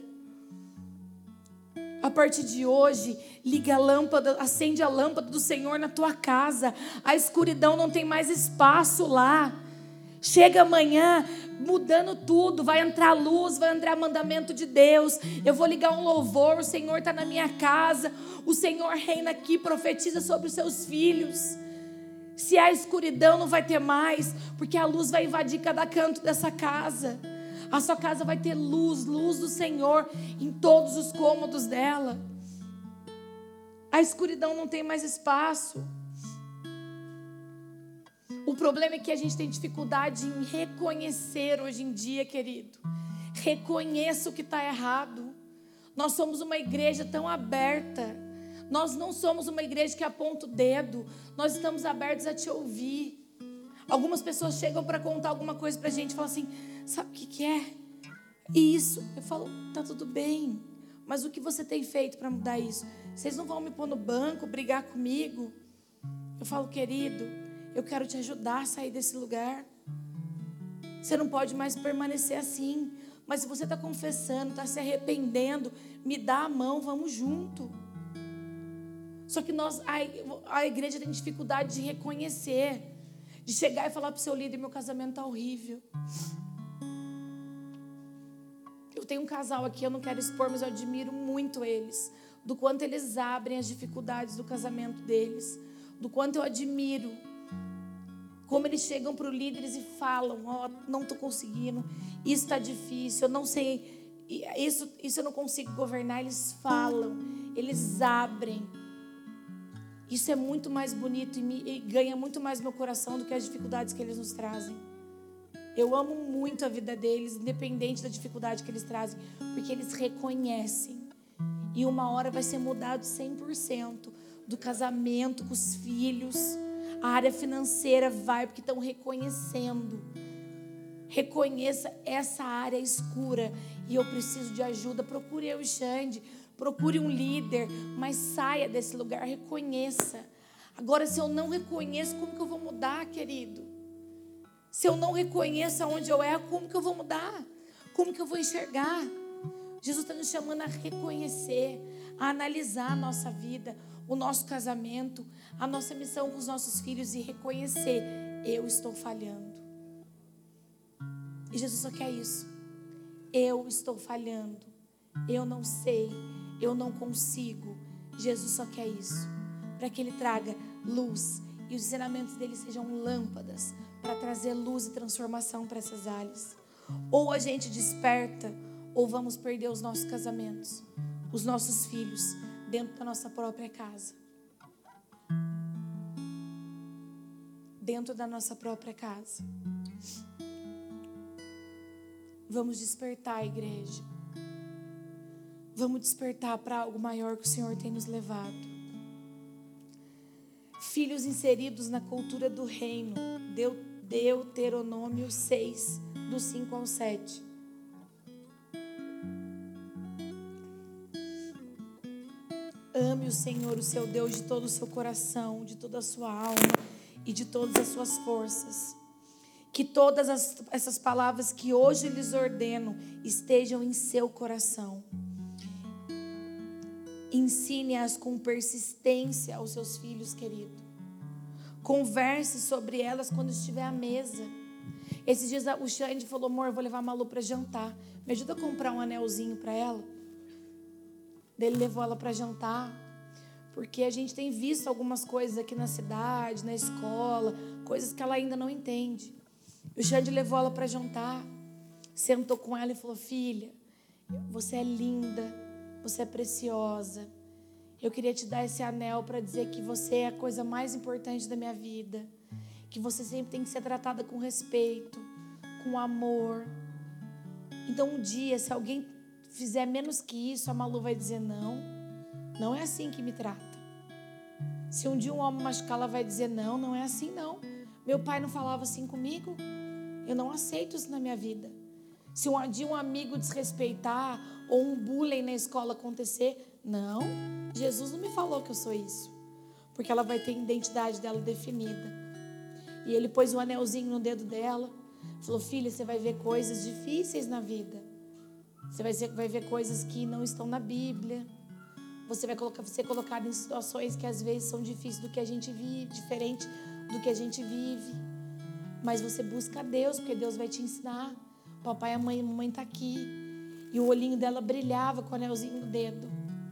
S1: A partir de hoje, liga a lâmpada, acende a lâmpada do Senhor na tua casa. A escuridão não tem mais espaço lá. Chega amanhã mudando tudo, vai entrar luz, vai entrar mandamento de Deus. Eu vou ligar um louvor, o Senhor está na minha casa, o Senhor reina aqui, profetiza sobre os seus filhos. Se há escuridão não vai ter mais, porque a luz vai invadir cada canto dessa casa. A sua casa vai ter luz, luz do Senhor em todos os cômodos dela. A escuridão não tem mais espaço. O problema é que a gente tem dificuldade em reconhecer hoje em dia, querido. Reconheça o que está errado. Nós somos uma igreja tão aberta. Nós não somos uma igreja que aponta o dedo. Nós estamos abertos a te ouvir. Algumas pessoas chegam para contar alguma coisa para a gente e falam assim: sabe o que é? Isso. Eu falo: tá tudo bem, mas o que você tem feito para mudar isso? Vocês não vão me pôr no banco, brigar comigo? Eu falo: querido, eu quero te ajudar a sair desse lugar. Você não pode mais permanecer assim. Mas se você está confessando, está se arrependendo, me dá a mão, vamos junto. Só que a igreja tem dificuldade de reconhecer, de chegar e falar para o seu líder: meu casamento está horrível. Eu tenho um casal aqui, eu não quero expor, mas eu admiro muito eles, do quanto eles abrem as dificuldades do casamento deles, do quanto eu admiro como eles chegam para os líderes e falam: não estou conseguindo, isso está difícil, eu não sei, isso eu não consigo governar. Eles falam, eles abrem. Isso é muito mais bonito e ganha muito mais meu coração do que as dificuldades que eles nos trazem. Eu amo muito a vida deles, independente da dificuldade que eles trazem, porque eles reconhecem. E uma hora vai ser mudado 100% do casamento com os filhos. A área financeira vai, porque estão reconhecendo. Reconheça essa área escura e eu preciso de ajuda. Procure eu e Xande, procure um líder, mas saia desse lugar, reconheça. Agora, se eu não reconheço, como que eu vou mudar, querido? Se eu não reconheço aonde eu erro, como que eu vou mudar? Como que eu vou enxergar? Jesus está nos chamando a reconhecer, a analisar a nossa vida, o nosso casamento, a nossa missão com os nossos filhos e reconhecer: eu estou falhando. E Jesus só quer isso. Eu estou falhando. Eu não sei. Eu não consigo. Jesus só quer isso. Para que Ele traga luz e os ensinamentos dele sejam lâmpadas para trazer luz e transformação para essas áreas. Ou a gente desperta, ou vamos perder os nossos casamentos, os nossos filhos, dentro da nossa própria casa. Dentro da nossa própria casa. Vamos despertar, igreja. Vamos despertar para algo maior que o Senhor tem nos levado. Filhos inseridos na cultura do reino. Deuteronômio 6, do 5 ao 7. Ame o Senhor, o seu Deus, de todo o seu coração, de toda a sua alma e de todas as suas forças. Que todas essas palavras que hoje lhes ordeno estejam em seu coração. Ensine-as com persistência aos seus filhos, querido. Converse sobre elas quando estiver à mesa. Esses dias o Xande falou: amor, eu vou levar a Malu para jantar. Me ajuda a comprar um anelzinho para ela? Daí ele levou ela para jantar. Porque a gente tem visto algumas coisas aqui na cidade, na escola, coisas que ela ainda não entende. O Xande levou ela para jantar. Sentou com ela e falou: filha, você é linda, você é preciosa. Eu queria te dar esse anel para dizer que você é a coisa mais importante da minha vida. Que você sempre tem que ser tratada com respeito, com amor. Então um dia, se alguém fizer menos que isso, a Malu vai dizer: não, não é assim que me trata. Se um dia um homem machucar, ela vai dizer: não, não é assim não. Meu pai não falava assim comigo. Eu não aceito isso na minha vida. Se um dia um amigo desrespeitar ou um bullying na escola acontecer, não, Jesus não me falou que eu sou isso. Porque ela vai ter a identidade dela definida. E ele pôs um anelzinho no dedo dela. Falou: filha, você vai ver coisas difíceis na vida. Você vai ver coisas que não estão na Bíblia. Você vai ser colocado em situações que às vezes são difíceis do que a gente vive, diferente do que a gente vive. Mas você busca a Deus, porque Deus vai te ensinar. Papai e a mamãe tá aqui. E o olhinho dela brilhava com o anelzinho no dedo.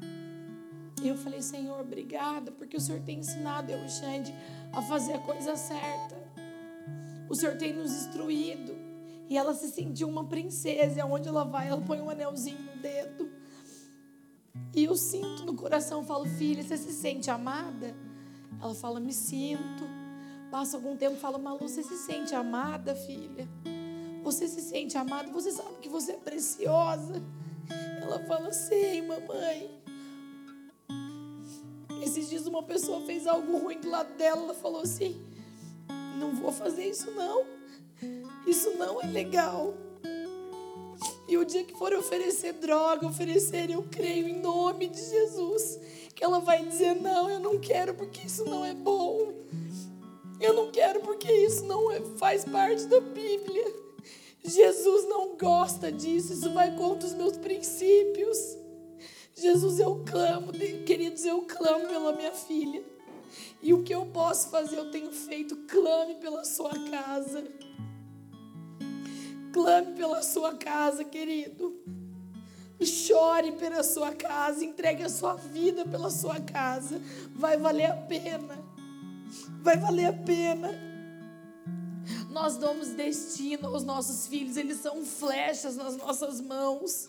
S1: E eu falei: Senhor, obrigada, porque o Senhor tem ensinado eu e o Xande a fazer a coisa certa. O Senhor tem nos instruído. E ela se sentiu uma princesa. E aonde ela vai, ela põe um anelzinho no dedo. E eu sinto no coração, falo: filha, você se sente amada? Ela fala: me sinto. Passa algum tempo, fala: Malu, você se sente amada, filha? Você se sente amada? Você sabe que você é preciosa? Ela fala: sei, mamãe. Esses dias uma pessoa fez algo ruim do lado dela. Ela falou assim: não vou fazer isso não. Isso não é legal. E o dia que for oferecer droga, eu creio em nome de Jesus, que ela vai dizer: não, eu não quero porque isso não é bom. Eu não quero porque isso não faz parte da Bíblia. Jesus não gosta disso, isso vai contra os meus princípios. Jesus, eu clamo, queridos, eu clamo pela minha filha. E o que eu posso fazer, eu tenho feito. Clame pela sua casa. Clame pela sua casa, querido. Chore pela sua casa, entregue a sua vida pela sua casa. Vai valer a pena. Vai valer a pena. Nós damos destino aos nossos filhos. Eles são flechas nas nossas mãos.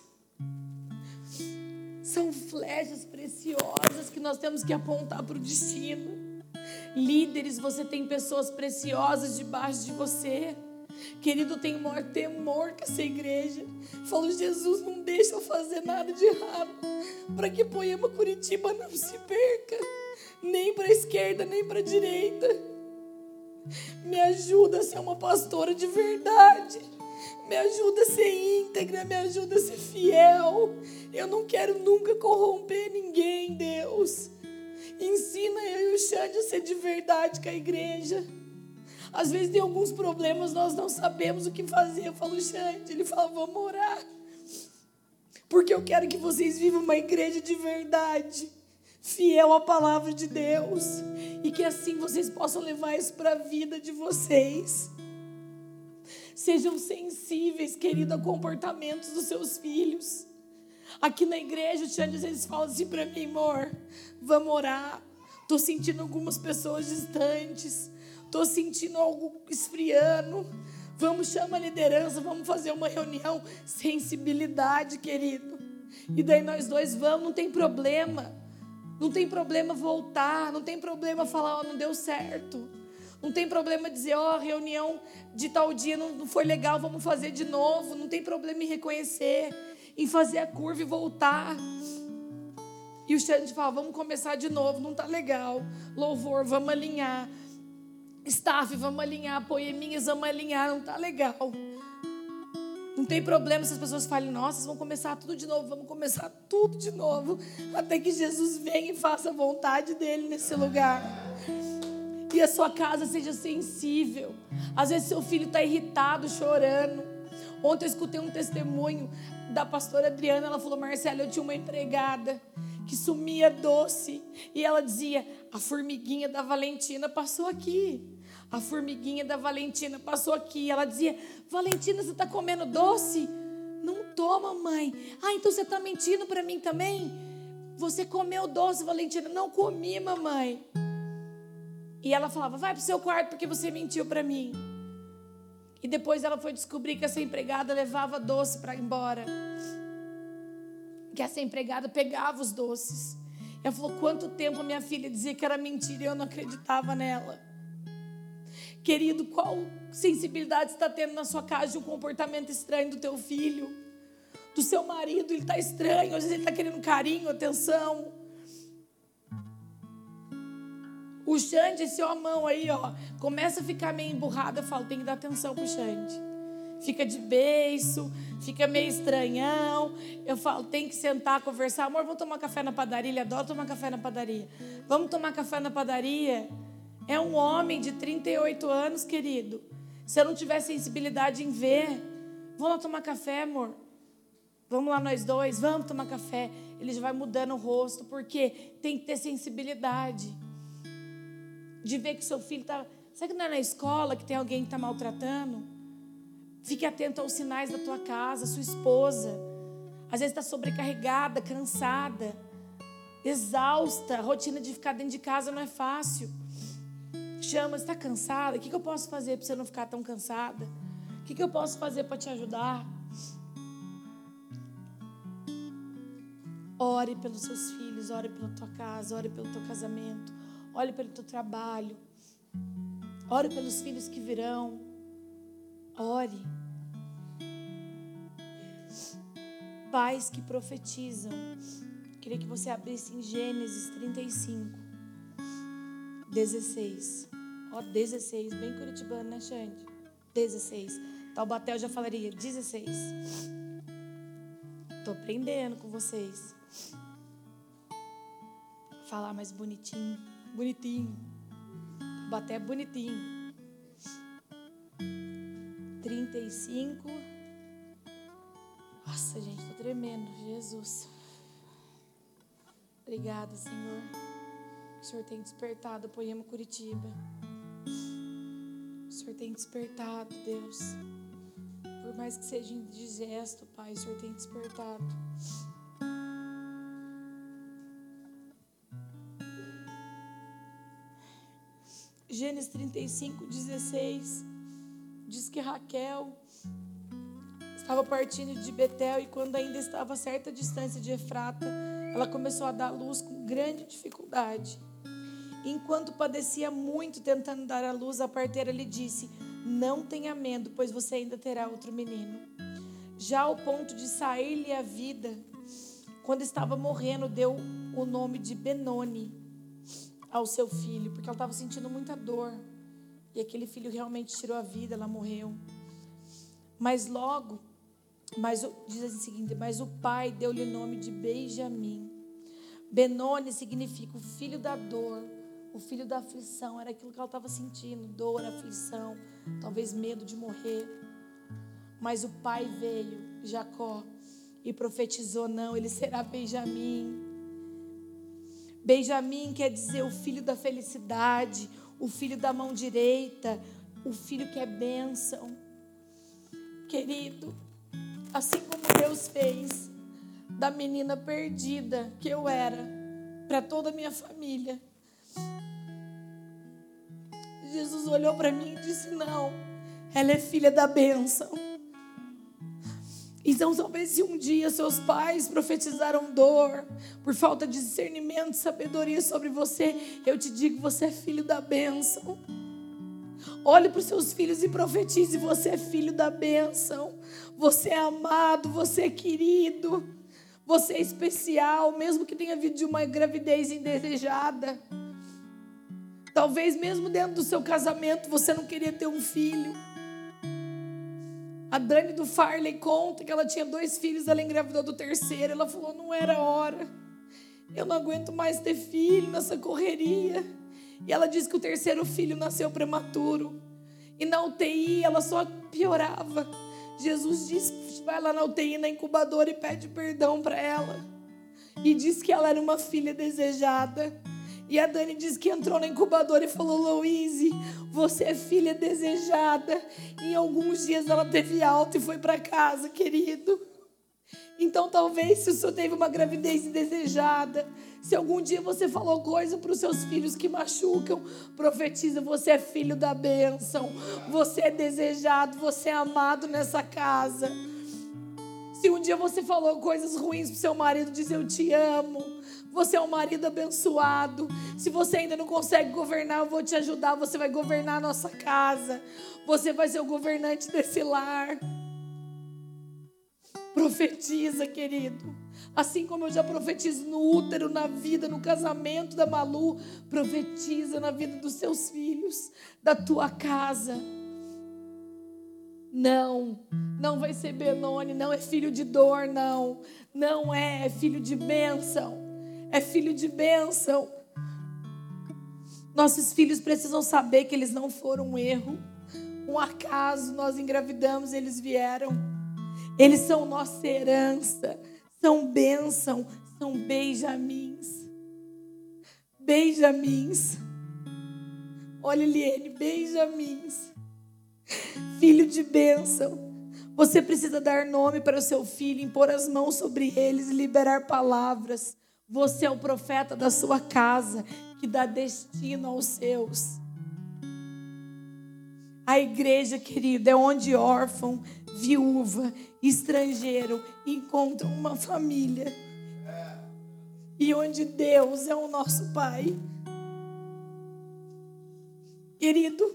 S1: São flechas preciosas que nós temos que apontar para o destino. Líderes, você tem pessoas preciosas debaixo de você. Querido, eu tenho o maior temor com essa igreja. Falo: Jesus, não deixa eu fazer nada de errado, para que Poema Curitiba não se perca, nem para a esquerda, nem para a direita. Me ajuda a ser uma pastora de verdade. Me ajuda a ser íntegra, me ajuda a ser fiel. Eu não quero nunca corromper ninguém, Deus. Ensina eu e o Xande a ser de verdade com a igreja. Às vezes tem alguns problemas, nós não sabemos o que fazer. Eu falo: Xande, ele fala: vamos orar. Porque eu quero que vocês vivam uma igreja de verdade, fiel à palavra de Deus. E que assim vocês possam levar isso para a vida de vocês. Sejam sensíveis, querido, a comportamentos dos seus filhos. Aqui na igreja, o Xande às vezes fala assim para mim: amor, vamos orar. Estou sentindo algumas pessoas distantes. Estou sentindo algo esfriando. Vamos, chama a liderança, vamos fazer uma reunião. Sensibilidade, querido. E daí nós dois vamos, não tem problema. Não tem problema voltar, não tem problema falar: não deu certo. Não tem problema dizer: a reunião de tal dia não foi legal, vamos fazer de novo. Não tem problema em reconhecer, em fazer a curva e voltar. E o Xande fala: vamos começar de novo, não está legal. Louvor, vamos alinhar. Staff, vamos alinhar. Poeminhas, vamos alinhar, não está legal. Não tem problema se as pessoas falem: nossa, vocês vão começar tudo de novo. Vamos começar tudo de novo, até que Jesus venha e faça a vontade dele nesse lugar. E a sua casa seja sensível. Às vezes seu filho está irritado, chorando. Ontem eu escutei um testemunho da pastora Adriana. Ela falou: Marcela, eu tinha uma empregada que sumia doce. E ela dizia: a formiguinha da Valentina passou aqui. A formiguinha da Valentina passou aqui. Ela dizia: Valentina, você está comendo doce? Não tô, mamãe. Ah, então você está mentindo para mim também? Você comeu doce, Valentina? Não comi, mamãe. E ela falava: vai para o seu quarto porque você mentiu para mim. E depois ela foi descobrir que essa empregada levava doce para ir embora. Que essa empregada pegava os doces. Ela falou: quanto tempo a minha filha dizia que era mentira e eu não acreditava nela. Querido, qual sensibilidade você está tendo na sua casa de um comportamento estranho do teu filho? Do seu marido, ele está estranho, às vezes ele está querendo carinho, atenção. O Xande, esse homão aí, começa a ficar meio emburrado. Eu falo: tem que dar atenção pro Xande. Fica de beiço, fica meio estranhão. Eu falo: tem que sentar, conversar. Amor, vamos tomar café na padaria. Ele adora tomar café na padaria. Vamos tomar café na padaria. É um homem de 38 anos, querido. Se eu não tiver sensibilidade em ver, vamos lá tomar café, amor. Vamos lá nós dois, vamos tomar café. Ele já vai mudando o rosto, porque tem que ter sensibilidade. De ver que seu filho está... Sabe que não é na escola que tem alguém que está maltratando? Fique atento aos sinais da tua casa, sua esposa. Às vezes está sobrecarregada, cansada, exausta. A rotina de ficar dentro de casa não é fácil. Chama: você está cansada? O que eu posso fazer para você não ficar tão cansada? O que eu posso fazer para te ajudar? Ore pelos seus filhos, ore pela tua casa, ore pelo teu casamento. Ore pelo teu trabalho. Ore pelos filhos que virão. Ore. Pais que profetizam. Queria que você abrisse em Gênesis 35, 16. 16. Bem curitibano, né, Xande? 16. Taubaté eu já falaria 16. Estou aprendendo com vocês. Falar mais bonitinho. Bonitinho. Bater é bonitinho. 35. Nossa, gente, tô tremendo. Jesus. Obrigada, Senhor. O Senhor tem despertado o Poema Curitiba. O Senhor tem despertado, Deus. Por mais que seja indigesto, Pai, o Senhor tem despertado. Gênesis 35, 16, diz que Raquel estava partindo de Betel e quando ainda estava a certa distância de Efrata, ela começou a dar luz com grande dificuldade. Enquanto padecia muito tentando dar à luz, a parteira lhe disse: não tenha medo, pois você ainda terá outro menino. Já ao ponto de sair-lhe a vida, quando estava morrendo, deu o nome de Benoni ao seu filho, porque ela estava sentindo muita dor. E aquele filho realmente tirou a vida, ela morreu. Mas diz assim o seguinte: mas o pai deu-lhe o nome de Benjamim. Benoni significa o filho da dor, o filho da aflição. Era aquilo que ela estava sentindo: dor, aflição, talvez medo de morrer. Mas o pai veio, Jacó, e profetizou: não, ele será Benjamim. Benjamim quer dizer o filho da felicidade, o filho da mão direita, o filho que é bênção. Querido, assim como Deus fez da menina perdida que eu era, para toda a minha família, Jesus olhou para mim e disse: não, ela é filha da bênção. Então, talvez se um dia seus pais profetizaram dor, por falta de discernimento, sabedoria sobre você, eu te digo: você é filho da bênção. Olhe para os seus filhos e profetize: você é filho da bênção. Você é amado, você é querido, você é especial, mesmo que tenha vindo de uma gravidez indesejada. Talvez mesmo dentro do seu casamento você não queria ter um filho. A Dani do Farley conta que ela tinha 2 filhos, ela engravidou do terceiro. Ela falou: não era hora, eu não aguento mais ter filho nessa correria. E ela disse que o terceiro filho nasceu prematuro, e na UTI ela só piorava. Jesus disse: vai lá na UTI, na incubadora, e pede perdão para ela. E disse que ela era uma filha desejada. E a Dani disse que entrou na incubadora e falou: Louise, você é filha desejada. E em alguns dias ela teve alta e foi para casa, querido. Então talvez, se o senhor teve uma gravidez indesejada, se algum dia você falou coisa para os seus filhos que machucam, profetiza: você é filho da bênção, você é desejado, você é amado nessa casa. Se um dia você falou coisas ruins para o seu marido, diz: eu te amo, você é um marido abençoado. Se você ainda não consegue governar, eu vou te ajudar, você vai governar a nossa casa, você vai ser o governante desse lar. Profetiza, querido. Assim como eu já profetizo no útero, na vida, no casamento da Malu, profetiza na vida dos seus filhos, da tua casa. Não vai ser Benoni, não é filho de dor, não é filho de bênção, é filho de bênção. Nossos filhos precisam saber que eles não foram um erro, um acaso. Nós engravidamos, eles vieram. Eles são nossa herança, são bênção, são benjamins. Benjamins. Olha, Eliane, benjamins. Filho de bênção. Você precisa dar nome para o seu filho, impor as mãos sobre eles e liberar palavras. Você é o profeta da sua casa, que dá destino aos seus. A igreja, querida, é onde órfão, viúva, estrangeiro encontram uma família. E onde Deus é o nosso Pai. Querido,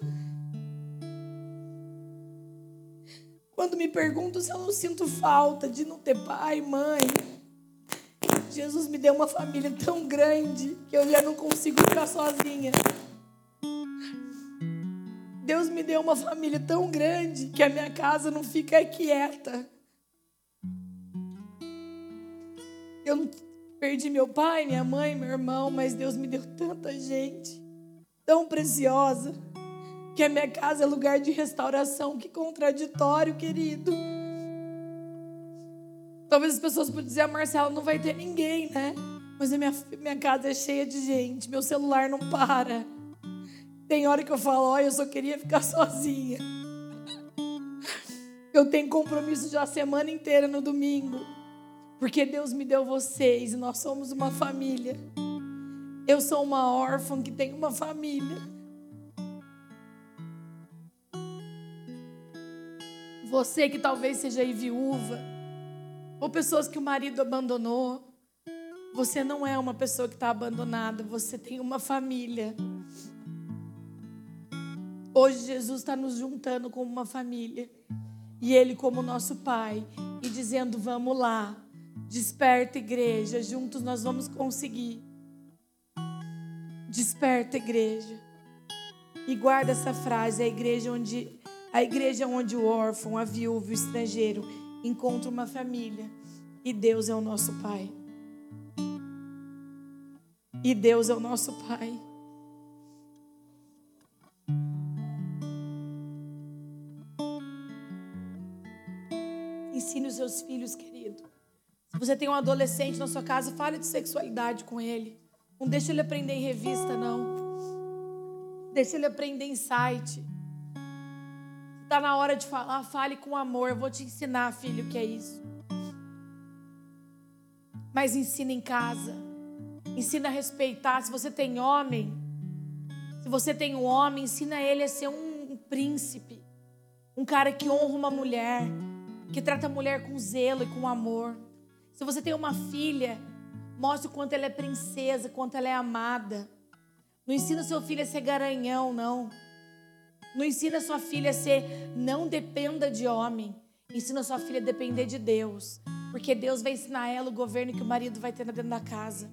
S1: quando me perguntam se eu não sinto falta de não ter pai, mãe, Jesus me deu uma família tão grande que eu já não consigo ficar sozinha. Deus me deu uma família tão grande que a minha casa não fica quieta. Eu não perdi meu pai, minha mãe, meu irmão, mas Deus me deu tanta gente tão preciosa que a minha casa é lugar de restauração. Que contraditório, querido. Talvez as pessoas possam dizer: a Marcela não vai ter ninguém, né? Mas a minha casa é cheia de gente, meu celular não para. Tem hora que eu falo: olha, eu só queria ficar sozinha. Eu tenho compromisso já a semana inteira no domingo, porque Deus me deu vocês e nós somos uma família. Eu sou uma órfã que tem uma família. Você que talvez seja aí viúva, ou pessoas que o marido abandonou, você não é uma pessoa que está abandonada, você tem uma família. Hoje Jesus está nos juntando como uma família, e Ele como nosso Pai, e dizendo: vamos lá, desperta, igreja, juntos nós vamos conseguir. Desperta, igreja. E guarda essa frase: a igreja onde o órfão, a viúva, o estrangeiro encontra uma família, e Deus é o nosso Pai. E Deus é o nosso Pai. Ensine os seus filhos, querido, Se você tem um adolescente na sua casa, fale de sexualidade com ele. Não deixa ele aprender em revista, não. Deixa ele aprender em site. Está na hora de falar, fale com amor. Eu vou te ensinar, filho, o que é isso. Mas ensina em casa. Ensina a respeitar. Se você tem homem, se você tem um homem, ensina ele a ser um príncipe. Um cara que honra uma mulher, que trata a mulher com zelo e com amor. Se você tem uma filha, mostre o quanto ela é princesa, quanto ela é amada. Não ensina seu filho a ser garanhão, não. Não ensina sua filha a ser, não dependa de homem. Ensina sua filha a depender de Deus. Porque Deus vai ensinar ela o governo que o marido vai ter dentro da casa.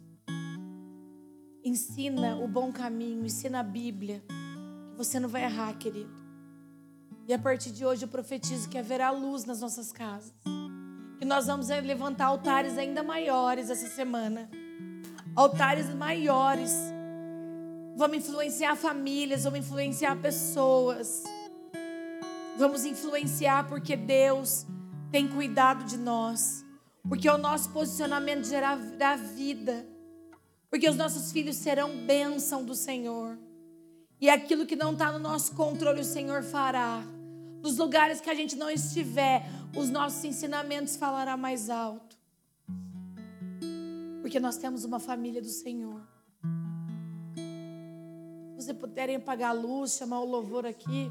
S1: Ensina o bom caminho, ensina a Bíblia. Que você não vai errar, querido. E a partir de hoje eu profetizo que haverá luz nas nossas casas. Que nós vamos levantar altares ainda maiores essa semana. Altares maiores. Vamos influenciar famílias, vamos influenciar pessoas. Vamos influenciar porque Deus tem cuidado de nós. Porque o nosso posicionamento gerará vida. Porque os nossos filhos serão bênção do Senhor. E aquilo que não está no nosso controle, o Senhor fará. Nos lugares que a gente não estiver, os nossos ensinamentos falarão mais alto. Porque nós temos uma família do Senhor. Se vocês puderem apagar a luz, chamar o louvor aqui.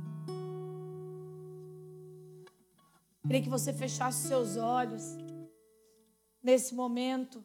S1: Queria que você fechasse os seus olhos nesse momento.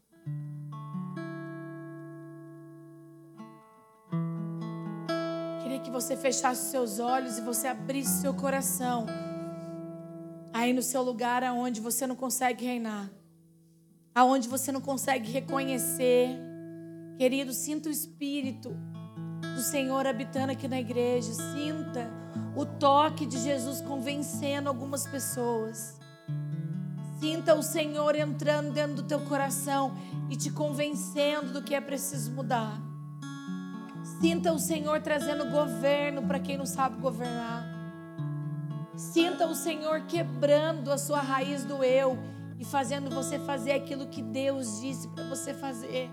S1: Queria que você fechasse os seus olhos e você abrisse seu coração. Aí no seu lugar aonde você não consegue reinar. Aonde você não consegue reconhecer. Querido, sinta o Espírito do Senhor habitando aqui na igreja. Sinta o toque de Jesus convencendo algumas pessoas. Sinta o Senhor entrando dentro do teu coração e te convencendo do que é preciso mudar. Sinta o Senhor trazendo governo para quem não sabe governar. Sinta o Senhor quebrando a sua raiz do eu e fazendo você fazer aquilo que Deus disse para você fazer.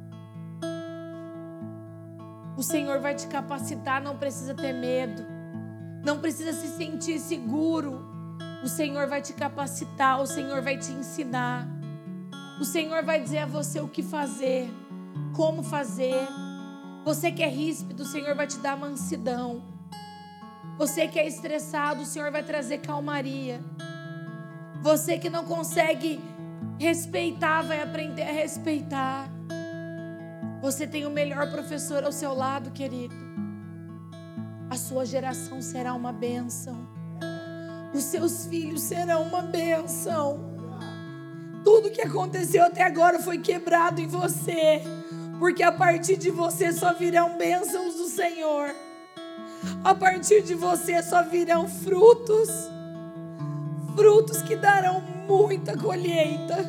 S1: O Senhor vai te capacitar, não precisa ter medo. Não precisa se sentir seguro. O Senhor vai te capacitar, o Senhor vai te ensinar. O Senhor vai dizer a você o que fazer, como fazer. Você que é ríspido, o Senhor vai te dar mansidão. Você que é estressado, o Senhor vai trazer calmaria. Você que não consegue respeitar, vai aprender a respeitar. Você tem o melhor professor ao seu lado, querido. A sua geração será uma bênção. Os seus filhos serão uma bênção. Tudo que aconteceu até agora foi quebrado em você. Porque a partir de você só virão bênçãos do Senhor. A partir de você só virão frutos. Frutos que darão muita colheita.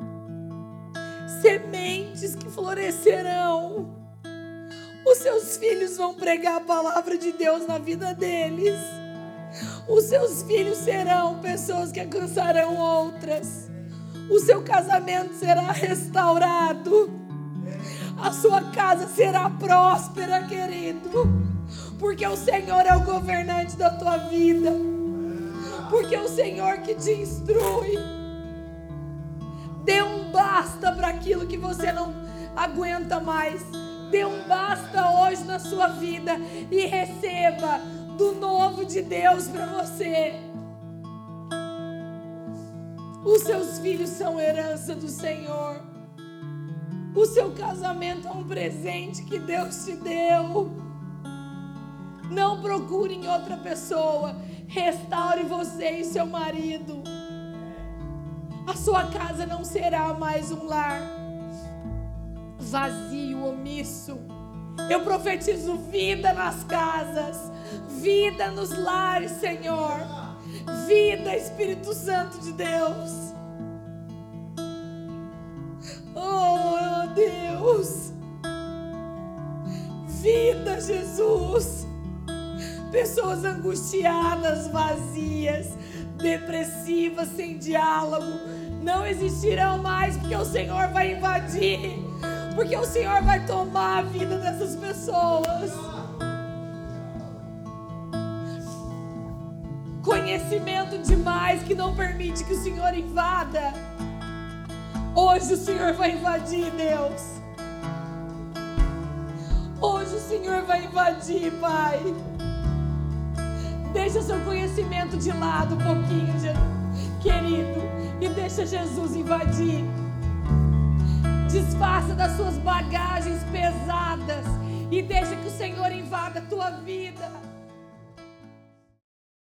S1: Sementes que florescerão. Os seus filhos vão pregar a palavra de Deus na vida deles. Os seus filhos serão pessoas que alcançarão outras. O seu casamento será restaurado. A sua casa será próspera, querido. Porque o Senhor é o governante da tua vida. Porque é o Senhor que te instrui. Dê um basta para aquilo que você não aguenta mais. Dê um basta hoje na sua vida e receba do novo de Deus para você. Os seus filhos são herança do Senhor. O seu casamento é um presente que Deus te deu. Não procure em outra pessoa. Restaure você e seu marido. A sua casa não será mais um lar vazio, omisso. Eu profetizo vida nas casas, vida nos lares, Senhor. Vida, Espírito Santo de Deus. Oh, Deus. Vida, Jesus. Pessoas angustiadas, vazias, depressivas, sem diálogo, não existirão mais, porque o Senhor vai invadir, porque o Senhor vai tomar a vida dessas pessoas. Conhecimento demais que não permite que o Senhor invada. Hoje o Senhor vai invadir, Deus. Hoje o Senhor vai invadir, Pai. Deixa o seu conhecimento de lado um pouquinho, querido, e deixa Jesus invadir. Desfaça das suas bagagens pesadas e deixa que o Senhor invada a tua vida.